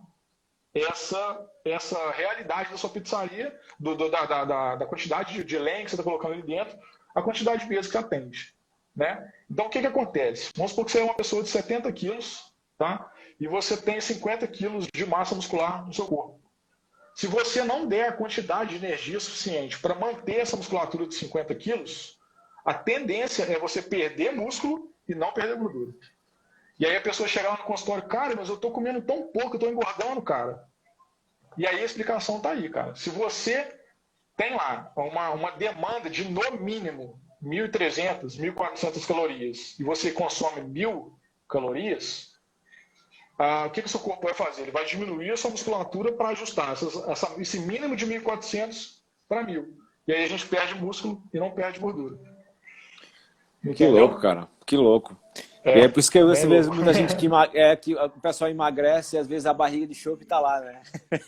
essa, essa realidade da sua pizzaria, do, do, da, da, da quantidade de, de lenha que você está colocando ali dentro, a quantidade de peso que atende. Né? Então, o que, que acontece? Vamos supor que você é uma pessoa de setenta quilos, tá? E você tem cinquenta quilos de massa muscular no seu corpo. Se você não der a quantidade de energia suficiente para manter essa musculatura de cinquenta quilos, a tendência é você perder músculo e não perder gordura. E aí a pessoa chega lá no consultório, cara, mas eu estou comendo tão pouco, eu estou engordando, cara. E aí a explicação está aí, cara. Se você tem lá uma, uma demanda de, no mínimo, mil e trezentas, mil e quatrocentas calorias e você consome mil calorias, ah, o que, que o seu corpo vai fazer? Ele vai diminuir a sua musculatura para ajustar essas, essa, esse mínimo de mil e quatrocentos para mil. E aí a gente perde músculo e não perde gordura. Entendeu? Que louco, cara. Que louco. É, e é por isso que você vê muita gente que, é, que o pessoal emagrece e às vezes a barriga de chope tá lá, né?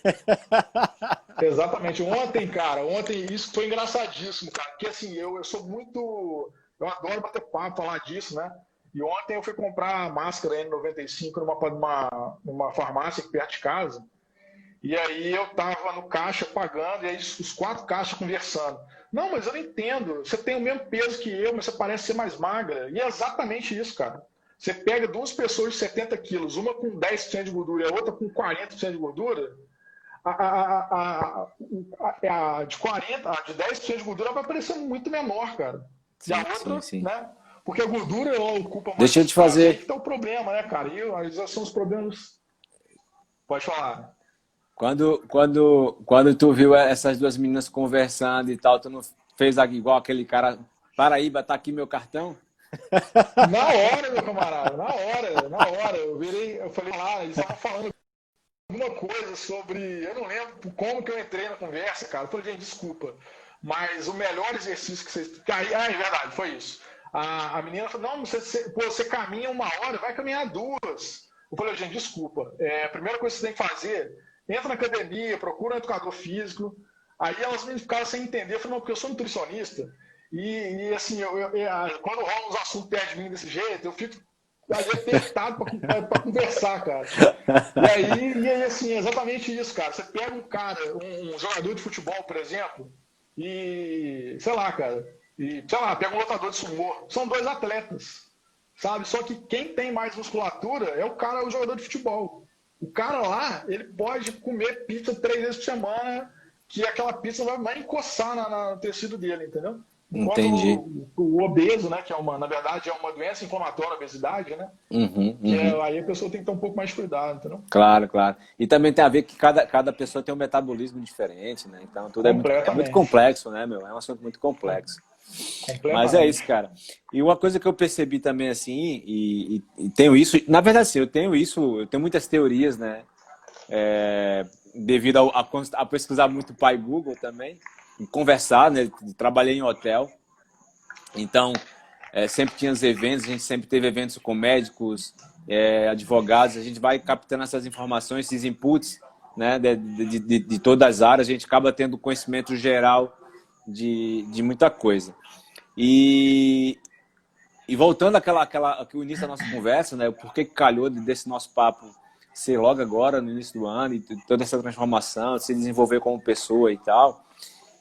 Exatamente. Ontem, cara, ontem isso foi engraçadíssimo, cara. Porque assim, eu, eu sou muito... Eu adoro bater papo, falar disso, né? E ontem eu fui comprar máscara N noventa e cinco numa, numa, numa farmácia aqui perto de casa. E aí eu tava no caixa pagando e aí os quatro caixas conversando. Não, mas eu não entendo. Você tem o mesmo peso que eu, mas você parece ser mais magra. E é exatamente isso, cara. Você pega duas pessoas de setenta quilos, uma com dez por cento de gordura e a outra com quarenta por cento de gordura, a, a, a, a, a de quarenta, a de dez por cento de gordura vai parecer muito menor, cara. Sim, e a outra, sim, sim. né? Porque a gordura ela ocupa mais. Deixa eu te fazer. Aí que tá o problema, né, cara? E aí são os problemas. Pode falar. Quando, quando, quando tu viu essas duas meninas conversando e tal, tu não fez igual aquele cara, Paraíba, tá aqui meu cartão? Na hora, meu camarada, na hora, na hora. Eu virei, eu falei lá, eles estavam falando alguma coisa sobre. Eu não lembro como que eu entrei na conversa, cara. Eu falei, gente, desculpa. Mas o melhor exercício que vocês. Ah, é verdade, foi isso. A, a menina falou, não, você, você, pô, você caminha uma hora, vai caminhar duas. Eu falei, gente, desculpa. É, a primeira coisa que você tem que fazer, entra na academia, procura um educador físico. Aí elas me ficaram sem entender. Eu falei, não, porque eu sou nutricionista. E, e assim, eu, eu, eu, quando rolam uns assuntos perto de mim desse jeito, eu fico aí apertado para conversar, cara. E aí, e aí, assim, é exatamente isso, cara. Você pega um cara, um, um jogador de futebol, por exemplo, e, sei lá, cara, e, sei lá, pega um lutador de sumô. São dois atletas, sabe? Só que quem tem mais musculatura é o cara, o jogador de futebol. O cara lá, ele pode comer pizza três vezes por semana, que aquela pizza vai, vai encoçar na, na, no tecido dele, entendeu? Enquanto Entendi. O, o obeso, né, que é uma, na verdade é uma doença inflamatória, a obesidade, né? Uhum, uhum. Que é, aí a pessoa tem que ter um pouco mais de cuidado, entendeu? Claro, claro. E também tem a ver que cada, cada pessoa tem um metabolismo diferente, né? Então tudo é muito, é muito complexo, né, meu? É um assunto muito complexo. Mas é isso, cara. E uma coisa que eu percebi também, assim, e, e, e tenho isso, na verdade, sim, eu tenho isso, eu tenho muitas teorias, né? É, devido a, a, a pesquisar muito pai Google também, conversar, né? Trabalhei em hotel, então é, sempre tinha os eventos, a gente sempre teve eventos com médicos, é, advogados, a gente vai captando essas informações, esses inputs, né? De, de, de, de todas as áreas, a gente acaba tendo conhecimento geral de, de muita coisa. E, e voltando àquela, àquela, ao início da nossa conversa, né? Por que calhou desse nosso papo ser logo agora, no início do ano, e toda essa transformação, se desenvolver como pessoa e tal.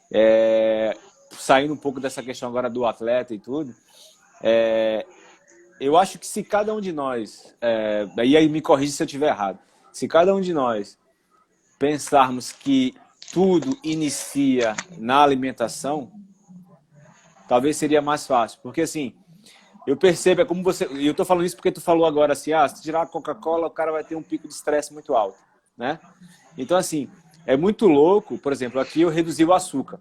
É, saindo um pouco dessa questão agora do atleta e tudo, é, eu acho que se cada um de nós, é, e aí me corrija se eu estiver errado, se cada um de nós pensarmos que tudo inicia na alimentação, talvez seria mais fácil. Porque assim, eu percebo, é como você... E eu tô falando isso porque tu falou agora assim, ah, se tirar a Coca-Cola, o cara vai ter um pico de estresse muito alto, né? Então assim, é muito louco, por exemplo, aqui eu reduzi o açúcar.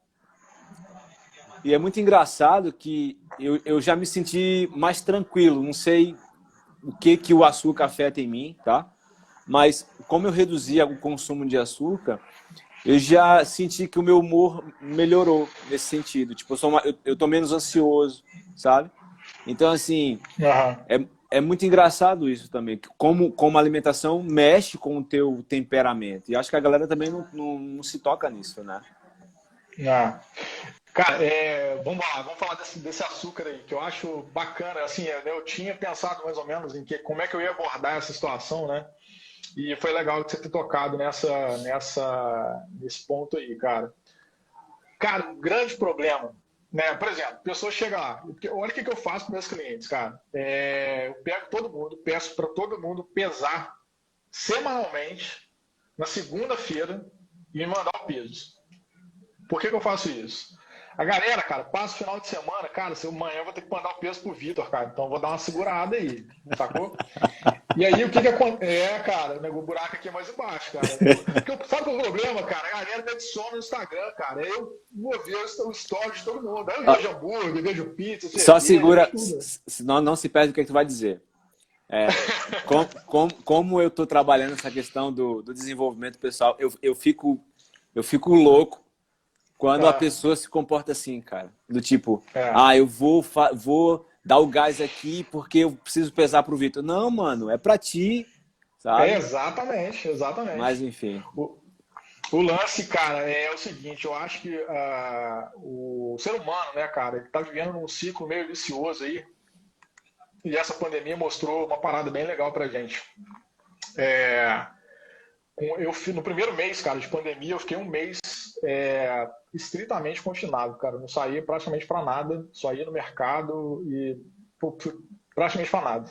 E é muito engraçado que eu, eu já me senti mais tranquilo, não sei o que, que o açúcar afeta em mim, tá? Mas como eu reduzi o consumo de açúcar, eu já senti que o meu humor melhorou nesse sentido. Tipo, eu, sou uma, eu, eu tô menos ansioso, sabe? Então, assim, Aham. é, é muito engraçado isso também. Como, como a alimentação mexe com o teu temperamento. E acho que a galera também não, não, não se toca nisso, né? Ah. Cara, é, vamos lá, vamos falar desse, desse açúcar aí, que eu acho bacana. Assim, eu tinha pensado mais ou menos em que, como é que eu ia abordar essa situação, né? E foi legal você ter tocado nessa, nessa, nesse ponto aí, cara. Cara, um grande problema, né? Por exemplo, a pessoa chega lá, olha o que que eu faço com meus clientes, cara. É, eu pego todo mundo, peço para todo mundo pesar semanalmente na segunda-feira e me mandar o peso. Por que que eu faço isso? A galera, cara, passa o final de semana, cara, se amanhã eu vou ter que mandar o peso pro Vitor, cara, então eu vou dar uma segurada aí, sacou? E aí o que que acontece? É, cara, né, o buraco aqui é mais embaixo, cara. Porque, sabe qual é o problema, cara? A galera me adiciona no Instagram, cara. Eu vou ver o story de todo mundo. Aí eu vejo hambúrguer, vejo pizza, Só cerveja, segura, tudo. senão não se perde o que, é que tu vai dizer. É, com, com, como eu estou trabalhando essa questão do, do desenvolvimento pessoal, eu, eu, fico, eu fico louco quando a Ah, pessoa se comporta assim, cara. Do tipo, é. ah, eu vou, vou dar o gás aqui porque eu preciso pesar pro Vitor. Não, mano, é pra ti, É, sabe? exatamente, Mas exatamente. enfim. O, o lance, cara, é o seguinte, eu acho que ah, o ser humano, né, cara, ele tá vivendo num ciclo meio vicioso aí, e essa pandemia mostrou uma parada bem legal pra gente. É, eu, no primeiro mês, cara, de pandemia, eu fiquei um mês é, estritamente confinado, cara. Não saía praticamente para nada, só ia no mercado e pô, praticamente para nada.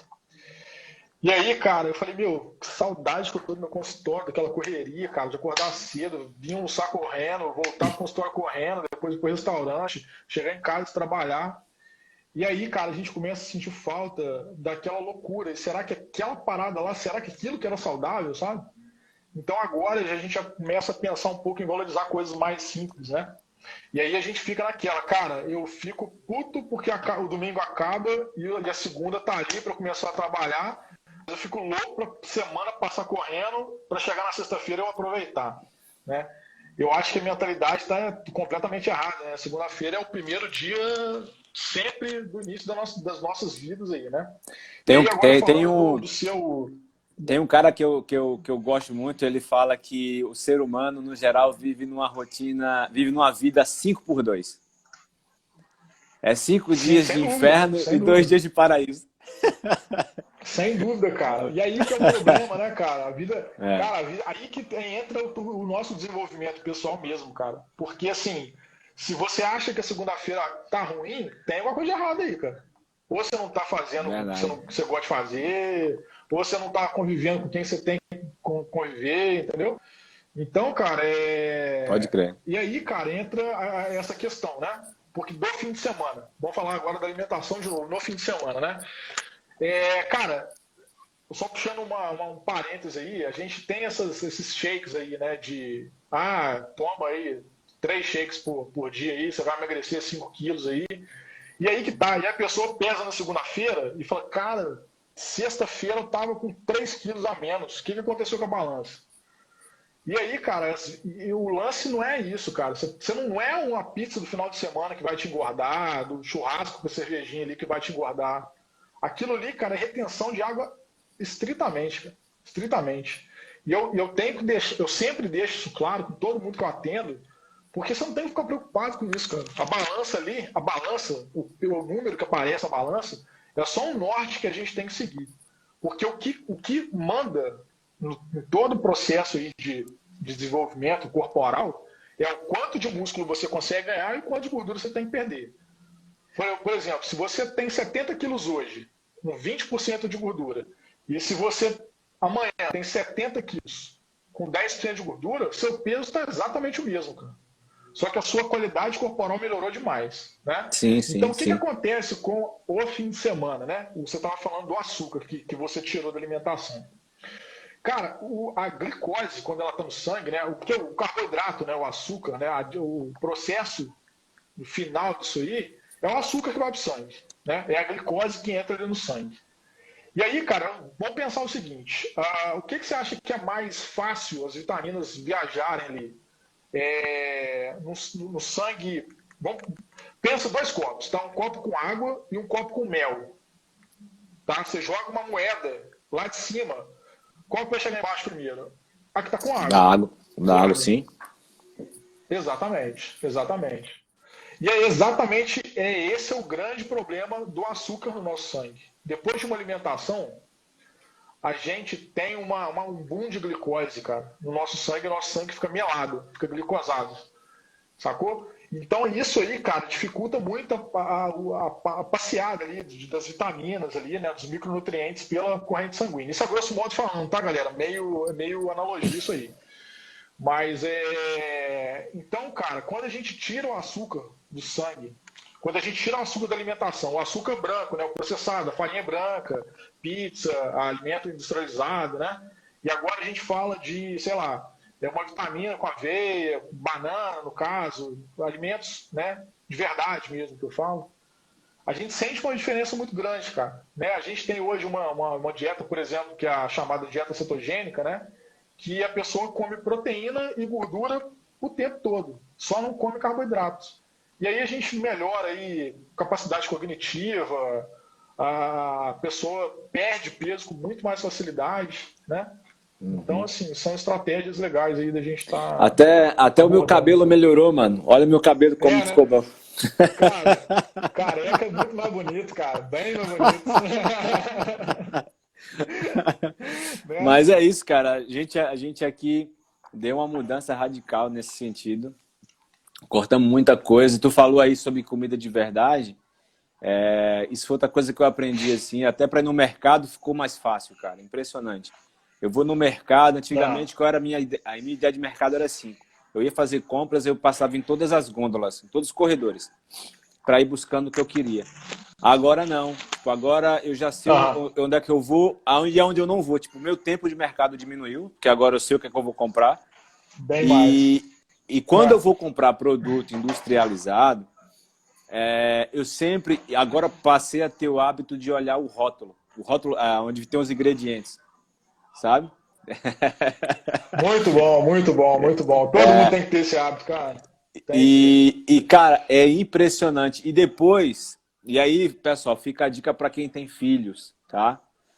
E aí, cara, eu falei, meu, que saudade que eu tô do meu consultório, daquela correria, cara, de acordar cedo, vir almoçar correndo, voltar pro consultório correndo, depois ir pro restaurante, chegar em casa e trabalhar. E aí, cara, a gente começa a sentir falta daquela loucura. E será que aquela parada lá, será que aquilo que era saudável, sabe? Então agora a gente já começa a pensar um pouco em valorizar coisas mais simples, né? E aí a gente fica naquela, cara, eu fico puto porque o domingo acaba e a segunda tá ali para começar a trabalhar. Eu fico louco pra semana passar correndo para chegar na sexta-feira eu aproveitar, né? Eu acho que a mentalidade está completamente errada, né? Segunda-feira é o primeiro dia sempre do início da nossa, das nossas vidas aí, né? E Tem um, aí agora tem, tem falando do, um, do seu... tem um cara que eu, que, eu, que eu gosto muito, ele fala que o ser humano, no geral, vive numa rotina, vive numa vida cinco por dois. É cinco Sim, dias sem de dúvida, inferno sem e dois dúvida. dias de paraíso. Sem dúvida, cara. E aí que é o problema, né, cara? A vida, É, cara, a vida, aí que entra o, o nosso desenvolvimento pessoal mesmo, cara. Porque assim, se você acha que a segunda-feira tá ruim, tem alguma coisa errada aí, cara. Ou você não tá fazendo o que você, verdade. não, que você gosta de fazer, ou você não tá convivendo com quem você tem que conviver, entendeu? Então, cara, Pode é... crer. E aí, cara, entra a- a- essa questão, né? Porque do fim de semana, vamos falar agora da alimentação de novo, no fim de semana, né? É, cara, só puxando uma, uma, um parêntese aí, a gente tem essas, esses shakes aí, né? De, ah, toma aí três shakes por, por dia aí, você vai emagrecer cinco quilos aí. E aí que tá, e a pessoa pesa na segunda-feira e fala, cara, sexta-feira eu tava com três quilos a menos, o que, que aconteceu com a balança? E aí, cara, e o lance não é isso, cara. Você não é uma pizza do final de semana que vai te engordar, do churrasco com a cervejinha ali que vai te engordar. Aquilo ali, cara, é retenção de água estritamente, cara. Estritamente. E eu, eu tenho que deixar, eu sempre deixo isso claro com todo mundo que eu atendo, porque você não tem que ficar preocupado com isso, cara. A balança ali, a balança, o, o número que aparece na balança, é só um norte que a gente tem que seguir. Porque o que, o que manda no, em todo o processo aí de, de desenvolvimento corporal é o quanto de músculo você consegue ganhar e o quanto de gordura você tem que perder. Por, por exemplo, se você tem setenta quilos hoje, com vinte por cento de gordura, e se você amanhã tem setenta quilos com dez por cento de gordura, seu peso está exatamente o mesmo, cara. Só que a sua qualidade corporal melhorou demais, né? Sim, sim, Então, o que, que sim. acontece com o fim de semana, né? Você estava falando do açúcar que, que você tirou da alimentação. Cara, o, a glicose, quando ela está no sangue, né? O, que é o carboidrato, né? O açúcar, né? A, o processo final disso aí é o açúcar que vai para o sangue, né? É a glicose que entra ali no sangue. E aí, cara, vamos pensar o seguinte, uh, o que, que você acha que é mais fácil as vitaminas viajarem ali? É, no, no sangue, vamos, pensa dois copos, tá? Um copo com água e um copo com mel. Tá? Você joga uma moeda lá de cima, qual que vai chegar embaixo primeiro? A que está com água. Da água, da água, sim. Exatamente, exatamente. E é exatamente é esse é o grande problema do açúcar no nosso sangue. Depois de uma alimentação, a gente tem uma, uma, um boom de glicose, cara, no nosso sangue, o nosso sangue fica melado, fica glicosado, sacou? Então isso aí, cara, dificulta muito a, a, a, a passeada ali das vitaminas ali, né, dos micronutrientes pela corrente sanguínea. Isso é grosso modo falando, tá, galera? Meio, meio analogia isso aí. Mas é... Então, cara, quando a gente tira o açúcar do sangue, quando a gente tira o açúcar da alimentação, o açúcar branco, né, o processado, a farinha branca, pizza, alimento industrializado, né? E agora a gente fala de, sei lá, uma vitamina com aveia, banana, no caso, alimentos, né, de verdade mesmo que eu falo. A gente sente uma diferença muito grande, cara. Né? A gente tem hoje uma, uma, uma dieta, por exemplo, que é a chamada dieta cetogênica, né? Que a pessoa come proteína e gordura o tempo todo, só não come carboidratos. E aí a gente melhora aí capacidade cognitiva, a pessoa perde peso com muito mais facilidade, né? Uhum. Então, assim, são estratégias legais aí da gente estar... Tá até até o meu cabelo melhorou, mano. Olha meu cabelo como é, ficou bom. Cara, careca é muito mais bonito, cara. Bem mais bonito. Mas é isso, cara. A gente, a gente aqui deu uma mudança radical nesse sentido. Cortamos muita coisa. Tu falou aí sobre comida de verdade. É, isso foi outra coisa que eu aprendi, assim. Até para ir no mercado ficou mais fácil, cara. Impressionante. Eu vou no mercado, antigamente, qual era a minha ideia? A minha ideia de mercado era assim. Eu ia fazer compras, eu passava em todas as gôndolas, em todos os corredores, para ir buscando o que eu queria. Agora não. Tipo, agora eu já sei ah. onde é que eu vou e aonde eu não vou. Tipo, o meu tempo de mercado diminuiu, porque agora eu sei o que é que eu vou comprar. Bem e, mais. E quando é. eu vou comprar produto industrializado, é, eu sempre, agora passei a ter o hábito de olhar o rótulo. O rótulo, ah, onde tem os ingredientes. Sabe? Muito bom, muito bom, muito bom. Todo é... mundo tem que ter esse hábito, cara. E, e, cara, é impressionante. E depois, e aí, pessoal, fica a dica para quem tem filhos, tá?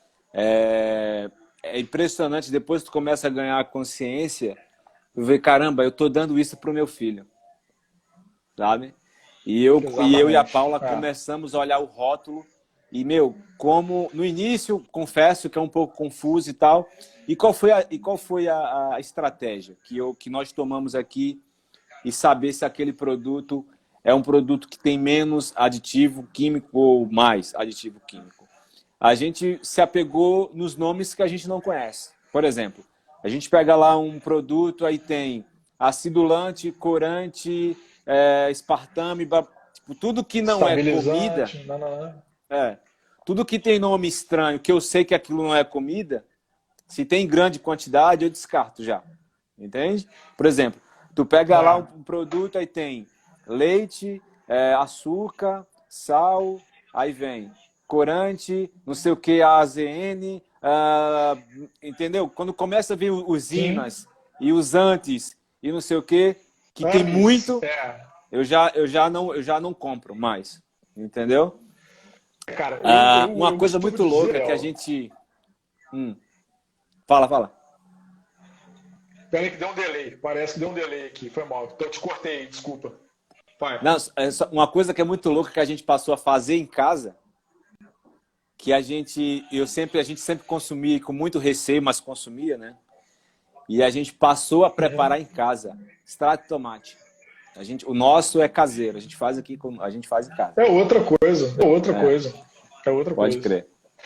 É, é impressionante, depois tu começa a ganhar consciência, tu vê, caramba, eu tô dando isso pro meu filho, sabe? E eu, e, eu e a Paula é. começamos a olhar o rótulo. E, meu, como no início, confesso que é um pouco confuso e tal. E qual foi a, e qual foi a, a estratégia que, eu, que nós tomamos aqui e saber se aquele produto é um produto que tem menos aditivo químico ou mais aditivo químico? A gente se apegou nos nomes que a gente não conhece. Por exemplo, a gente pega lá um produto, aí tem acidulante, corante, é, espartame, tipo, tudo que não é comida... Não, não, não. É, tudo que tem nome estranho, que eu sei que aquilo não é comida, se tem grande quantidade, eu descarto já. Entende? Por exemplo, tu pega é. lá um produto, aí tem leite, é, açúcar, sal, aí vem corante, não sei o que, A Z N, uh, entendeu? Quando começa a vir os ímãs e os antes e não sei o que, que antes, tem muito, é. eu, já, eu, já não, eu já não compro mais. Entendeu? Cara, eu, ah, eu, uma eu coisa muito dizer, louca ó, que a gente... Hum. Fala, fala. Peraí que deu um delay. Parece que deu um delay aqui. Foi mal. Então eu te cortei, desculpa. Vai. Não, uma coisa que é muito louca que a gente passou a fazer em casa, que a gente, eu sempre, a gente sempre consumia com muito receio, mas consumia, né? E a gente passou a preparar uhum. em casa. Extrato de tomate. A gente, o nosso é caseiro, a gente faz aqui, a gente faz em casa. É outra coisa, é outra é. coisa. É outra Pode coisa. crer.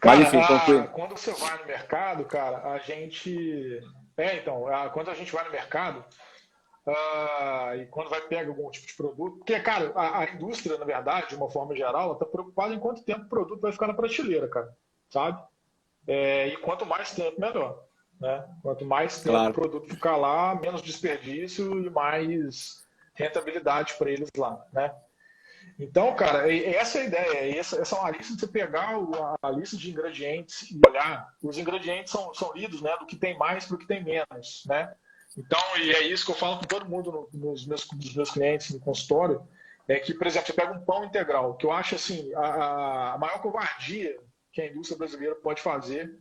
Mas Cara, enfim, a- conclui. quando você vai no mercado, cara, a gente. É, então, a- quando a gente vai no mercado, ah, e quando vai pegar algum tipo de produto, porque, cara, a, a indústria, na verdade, de uma forma geral, ela está preocupada em quanto tempo o produto vai ficar na prateleira, cara, sabe? É, e quanto mais tempo, melhor, né? Quanto mais tempo o Claro, produto ficar lá, menos desperdício e mais rentabilidade para eles lá, né? Então, cara, e- essa é a ideia. Essa, essa é uma lista de você pegar o- a lista de ingredientes e olhar. Os ingredientes são, são lidos, né, do que tem mais para o que tem menos, né? Então, e é isso que eu falo com todo mundo no- nos meus, dos meus clientes no consultório, é que, por exemplo, você pega um pão integral, que eu acho assim, a, a maior covardia que a indústria brasileira pode fazer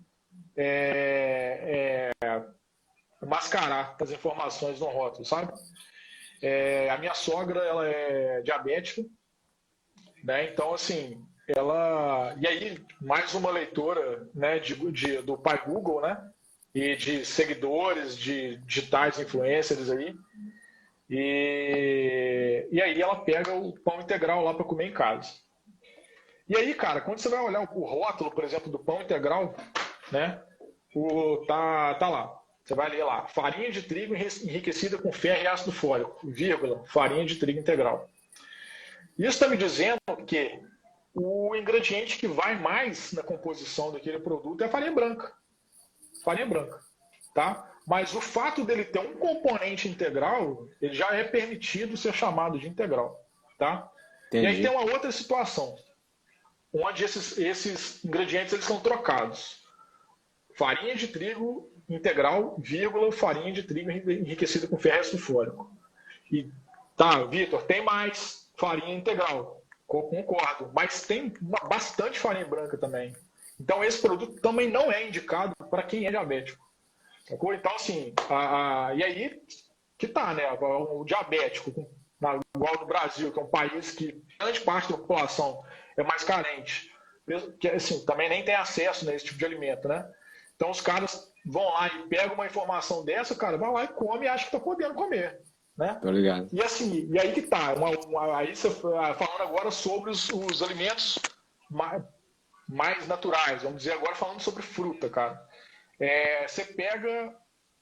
é, é mascarar as informações no rótulo, sabe? É, a minha sogra, ela é diabética, né? Então, assim, ela. E aí, mais uma leitora, né, de, de- do pai Google, né? E de seguidores, de digitais influencers aí. E, e aí ela pega o pão integral lá para comer em casa. E aí, cara, quando você vai olhar o rótulo, por exemplo, do pão integral, né? O, tá, tá lá. Você vai ler lá, farinha de trigo enriquecida com ferro e ácido fólico, vírgula, farinha de trigo integral. Isso está me dizendo que o ingrediente que vai mais na composição daquele produto é a farinha branca. Farinha branca, tá? Mas o fato dele ter um componente integral, ele já é permitido ser chamado de integral, tá? E aí tem entendi. uma outra situação, onde esses, esses ingredientes eles são trocados. Farinha de trigo integral, vírgula, farinha de trigo enriquecida com ferro sulfúrico. E tá, Vitor, tem mais farinha integral. Concordo, mas tem bastante farinha branca também. Então esse produto também não é indicado para quem é diabético. Sacou? Então, assim, a, a, e aí que tá, né? O diabético, na, igual no Brasil, que é um país que grande parte da população é mais carente, que assim, também nem tem acesso nesse tipo de alimento, né? Então os caras vão lá e pegam uma informação dessa, cara, vai lá e come e acha que tá podendo comer, né? Tô ligado. E assim, e aí que tá, uma, uma, aí você falando agora sobre os, os alimentos mais, mais naturais, vamos dizer agora falando sobre fruta, cara. É, você pega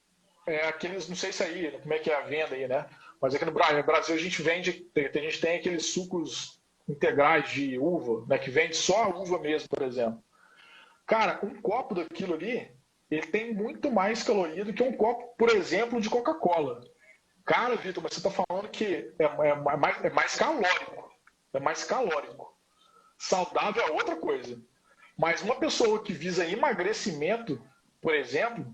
é, aqueles, não sei se aí, como é que é a venda aí, né? Mas aqui no Brasil a gente vende, a gente tem aqueles sucos integrais de uva, né? Que vende só a uva mesmo, por exemplo. Cara, um copo daquilo ali, ele tem muito mais caloria do que um copo, por exemplo, de Coca-Cola. Cara, Vitor, mas você está falando que é, é, mais, é mais calórico. É mais calórico. Saudável é outra coisa. Mas uma pessoa que visa emagrecimento, por exemplo,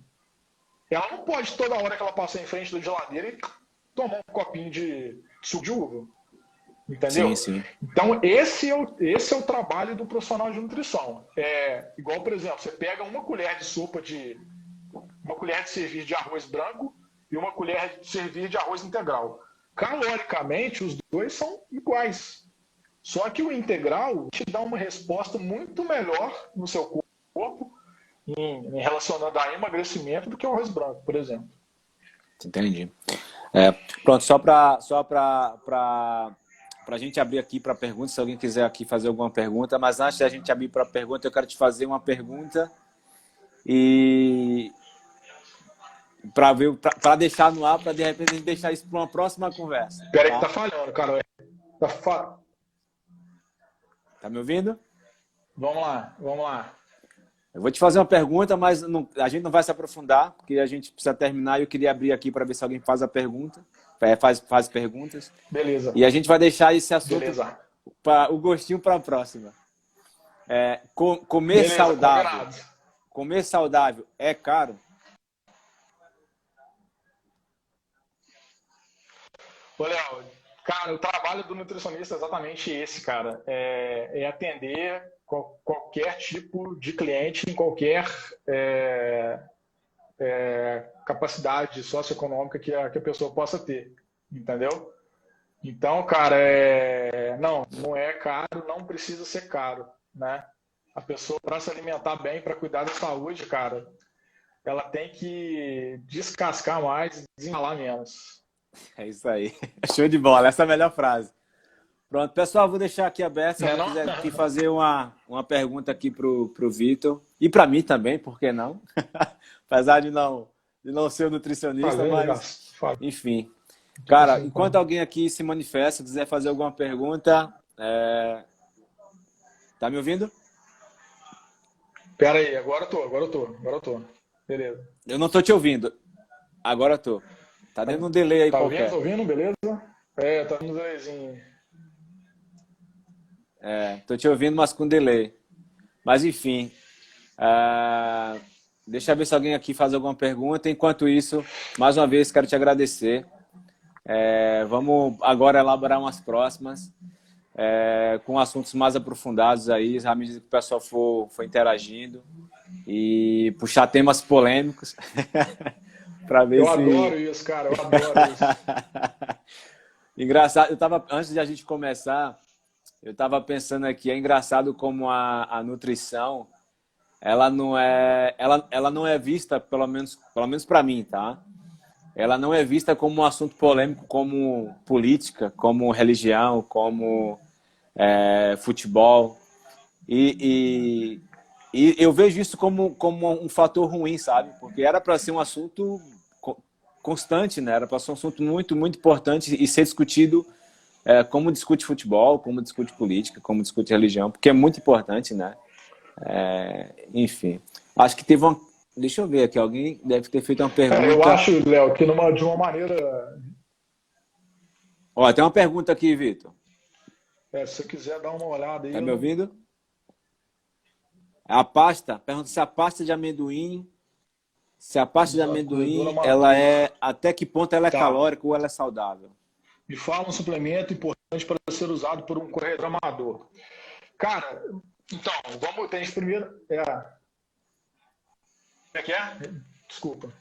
ela não pode toda hora que ela passar em frente da geladeira e tomar um copinho de suco de uva. Sim, Entendeu? sim. Então, esse é o, esse é o trabalho do profissional de nutrição. É igual, por exemplo, você pega uma colher de sopa de. Uma colher de servir de arroz branco e uma colher de servir de arroz integral. Caloricamente, os dois são iguais. Só que o integral te dá uma resposta muito melhor no seu corpo em, em relacionando a emagrecimento do que o arroz branco, por exemplo. Entendi. É, pronto, só para só para para a gente abrir aqui para perguntas, se alguém quiser aqui fazer alguma pergunta, mas antes da gente abrir para pergunta, eu quero te fazer uma pergunta e para ver para deixar no ar, para de repente a gente deixar isso para uma próxima conversa, Peraí que tá? tá falhando, cara. Tá fa... Tá me ouvindo? Vamos lá, vamos lá. Eu vou te fazer uma pergunta, mas não, a gente não vai se aprofundar, porque a gente precisa terminar e eu queria abrir aqui para ver se alguém faz a pergunta, faz, faz perguntas. Beleza. E a gente vai deixar esse assunto Beleza. para o gostinho para a próxima. É, com, comer Beleza, saudável. combinado. Comer saudável é caro? Ô, Léo, cara, o trabalho do nutricionista é exatamente esse, cara. É, é atender qual, qualquer tipo de cliente em qualquer é, é, capacidade socioeconômica que a, que a pessoa possa ter, entendeu? Então, cara, é... não, não é caro, não precisa ser caro, né? A pessoa, para se alimentar bem, para cuidar da saúde, cara, ela tem que descascar mais e desenrolar menos. É isso aí. Show de bola. Essa é a melhor frase. Pronto, pessoal, vou deixar aqui aberto. Se Não é alguém não? quiser aqui fazer uma, uma pergunta aqui pro, pro Vitor. E para mim também, por que não? Apesar de não, de não ser nutricionista, Falei, já mas falei enfim. de vez Cara, em enquanto quando. alguém aqui se manifesta, quiser fazer alguma pergunta, é... tá me ouvindo? Pera aí, agora eu tô, agora eu tô, agora eu tô. Beleza. Eu não tô te ouvindo. Agora eu tô. Tá Tá, dentro de um delay aí tá ouvindo? Tá qualquer. ouvindo? Beleza? É, tá no delayzinho. É, tô te ouvindo, mas com delay. Mas enfim, ah, deixa eu ver se alguém aqui faz alguma pergunta. Enquanto isso, mais uma vez quero te agradecer. É, vamos agora elaborar umas próximas, é, com assuntos mais aprofundados aí, à medida que o pessoal for, for interagindo e puxar temas polêmicos para ver Eu se. adoro isso, cara, eu adoro isso. Engraçado, eu tava, antes de a gente começar, eu estava pensando aqui, é engraçado como a, a nutrição, ela não é, ela, ela não é vista, pelo menos, pelo menos para mim, tá? Ela não é vista como um assunto polêmico, como política, como religião, como é, futebol. E, e, e eu vejo isso como, como um fator ruim, sabe? Porque era para ser um assunto constante, né? Era para ser um assunto muito, muito importante e ser discutido, é, como discute futebol, como discute política, como discute religião, porque é muito importante, né? É, enfim, acho que teve uma. Deixa eu ver aqui, alguém deve ter feito uma É, eu pergunta. acho, Léo, que numa, de uma maneira, Ó, tem uma pergunta aqui, Vitor. é, se você quiser dar uma olhada aí, Tá eu me não. ouvindo? A pasta, pergunta se a pasta de amendoim, se a pasta de Exato, corredor amendoim, ela amador. é, até que ponto ela é Tá. calórica ou ela é saudável? Me fala um suplemento importante para ser usado por um corredor amador. Cara, então, vamos ter primeiro. É, como é que é? Desculpa.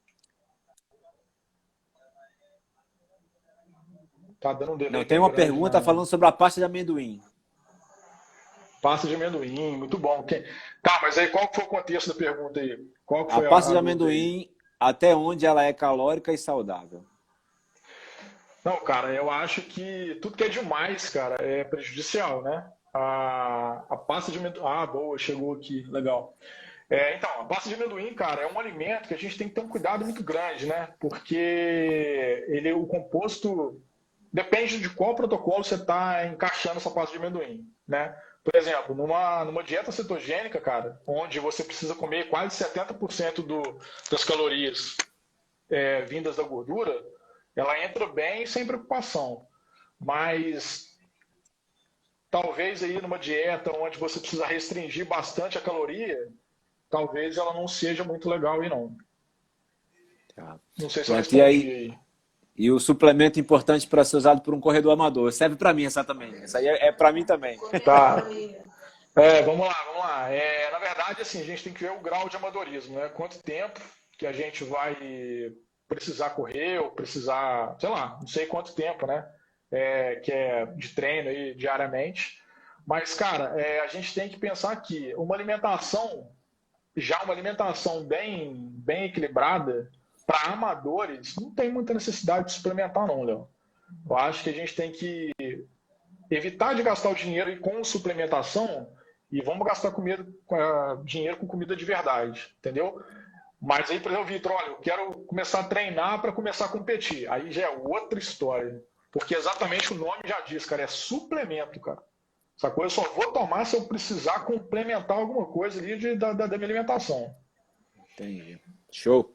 Tá dando um Não, delay tem bem uma grande pergunta na falando sobre a pasta de amendoim. pasta de amendoim, muito bom. Quem- Tá, mas aí qual que foi o contexto da pergunta aí? Qual que A foi a, pasta a de dúvida aí? amendoim, até onde ela é calórica e saudável? Não, cara, eu acho que tudo que é demais, cara, é prejudicial, né? A, a pasta de amendoim. Ah, boa, chegou aqui, legal. É, então, a pasta de amendoim, cara, é um alimento que a gente tem que ter um cuidado muito grande, né? Porque ele, o composto depende de qual protocolo você está encaixando essa pasta de amendoim, né? Por exemplo, numa, numa dieta cetogênica, cara, onde você precisa comer quase setenta por cento do, das calorias é, vindas da gordura, ela entra bem sem preocupação. Mas talvez aí numa dieta onde você precisa restringir bastante a caloria, talvez ela não seja muito legal aí não. Tá. Não sei se eu Pronto, e respondi aí, aí. e o suplemento importante para ser usado por um corredor amador? Serve para mim essa também. Essa aí é, é para mim também. Tá. É, vamos lá, vamos lá. É, na verdade, assim, a gente tem que ver o grau de amadorismo, né? Quanto tempo que a gente vai precisar correr ou precisar, sei lá, não sei quanto tempo, né? É, que é de treino aí diariamente. Mas, cara, é, a gente tem que pensar que uma alimentação, já uma alimentação bem, bem equilibrada, para amadores, não tem muita necessidade de suplementar, não, Léo. Eu acho que a gente tem que evitar de gastar o dinheiro com suplementação e vamos gastar comida, uh, dinheiro com comida de verdade, entendeu? Mas aí, por exemplo, Vitor, olha, eu quero começar a treinar para começar a competir. Aí já é outra história. Porque exatamente o nome já diz, cara, é suplemento, cara. Sacou? Eu só vou tomar se eu precisar complementar alguma coisa ali de, da, da minha alimentação. Entendi. Show.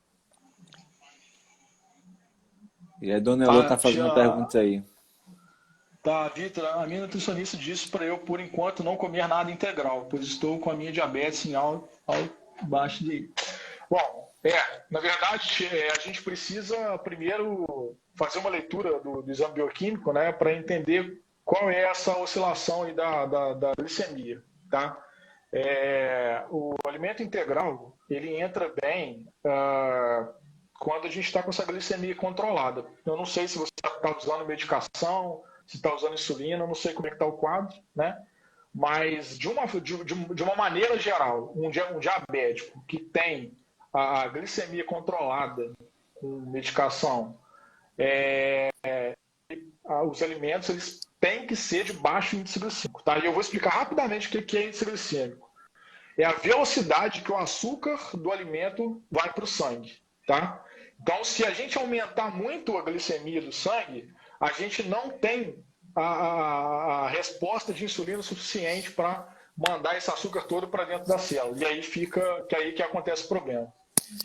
E a dona Elô Tá, tá fazendo uma tia, pergunta aí. tá, Vitor, a minha nutricionista disse para eu, por enquanto, não comer nada integral, pois estou com a minha diabetes em alto, alto baixo de. Bom, é, na verdade, é, a gente precisa primeiro fazer uma leitura do, do exame bioquímico, né, para entender qual é essa oscilação aí da, da, da glicemia, tá? É, o alimento integral, ele entra bem uh, quando a gente está com essa glicemia controlada. Eu não sei se você está usando medicação, se está usando insulina, eu não sei como é que está o quadro, né? Mas de uma, de, de uma maneira geral, um, um diabético que tem a glicemia controlada com medicação, é, os alimentos eles tem que ser de baixo índice glicêmico, tá? E eu vou explicar rapidamente o que é índice glicêmico. É a velocidade que o açúcar do alimento vai para o sangue, tá? Então, se a gente aumentar muito a glicemia do sangue, a gente não tem a, a, a resposta de insulina suficiente para mandar esse açúcar todo para dentro da célula. E aí fica, que aí que acontece o problema.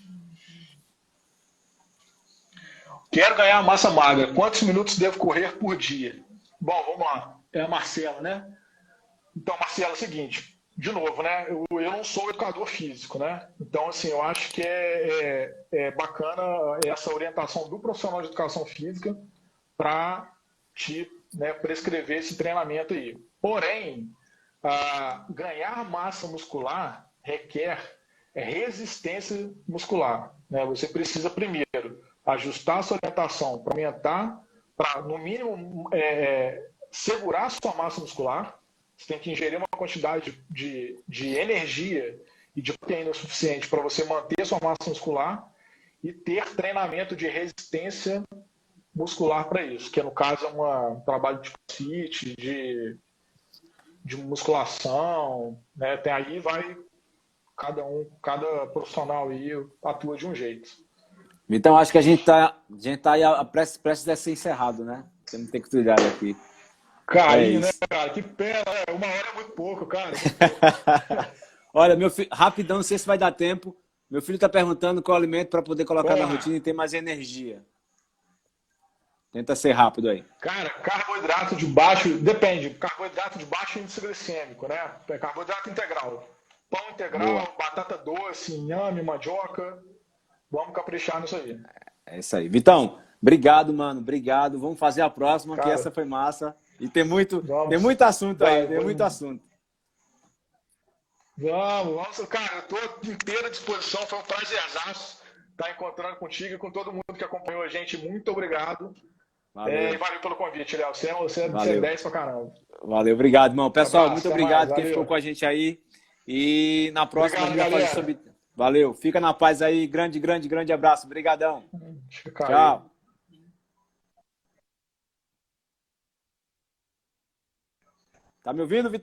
Quero ganhar massa magra. Quantos minutos devo correr por dia? Bom, vamos lá. É a Marcela, né? Então, Marcela, é o seguinte. De novo, né? Eu, eu não sou educador físico, né? Então, assim, eu acho que é, é, é bacana essa orientação do profissional de educação física para te, né, prescrever esse treinamento aí. Porém, ah, ganhar massa muscular requer resistência muscular, né? Você precisa primeiro ajustar a sua alimentação para aumentar, para, no mínimo, é, segurar a sua massa muscular. Você tem que ingerir uma quantidade de, de energia e de proteína suficiente para você manter a sua massa muscular e ter treinamento de resistência muscular para isso, que no caso é uma, um trabalho de crossfit, de, de musculação, né? Tem aí vai cada um, cada profissional aí atua de um jeito. Então, acho que a gente está a gente tá aí a, a prestes, prestes a ser encerrado, né? Você não tem que cuidar aqui. Carinho, é né, cara? Que pena, né? Uma hora é muito pouco, cara. Olha, meu filho, rapidão, não sei se vai dar tempo. Meu filho está perguntando qual alimento para poder colocar Porra. na rotina e ter mais energia. Tenta ser rápido aí. Cara, carboidrato de baixo, depende, carboidrato de baixo índice glicêmico, né? Carboidrato integral. Pão integral, Boa. batata doce, inhame, mandioca. Vamos caprichar nisso aí. É isso aí. Vitão, obrigado, mano. Obrigado. Vamos fazer a próxima, Cara, que essa foi massa. E tem muito, vamos, tem muito assunto aí, vai, tem vamos, muito assunto. Vamos, vamos. Cara, eu estou inteira à disposição. Foi um prazerzaço estar encontrando contigo e com todo mundo que acompanhou a gente. Muito obrigado. Valeu. É, e valeu pelo convite, Léo. Você é, você é dez pra caramba. Valeu, obrigado, irmão. Pessoal, Abraço, muito obrigado mais, quem ficou com a gente aí. E na próxima obrigado, a gente vai fazer sobre... Valeu. Fica na paz aí. Grande, grande, grande abraço. Obrigadão. Tchau. Tá me ouvindo, Vitor?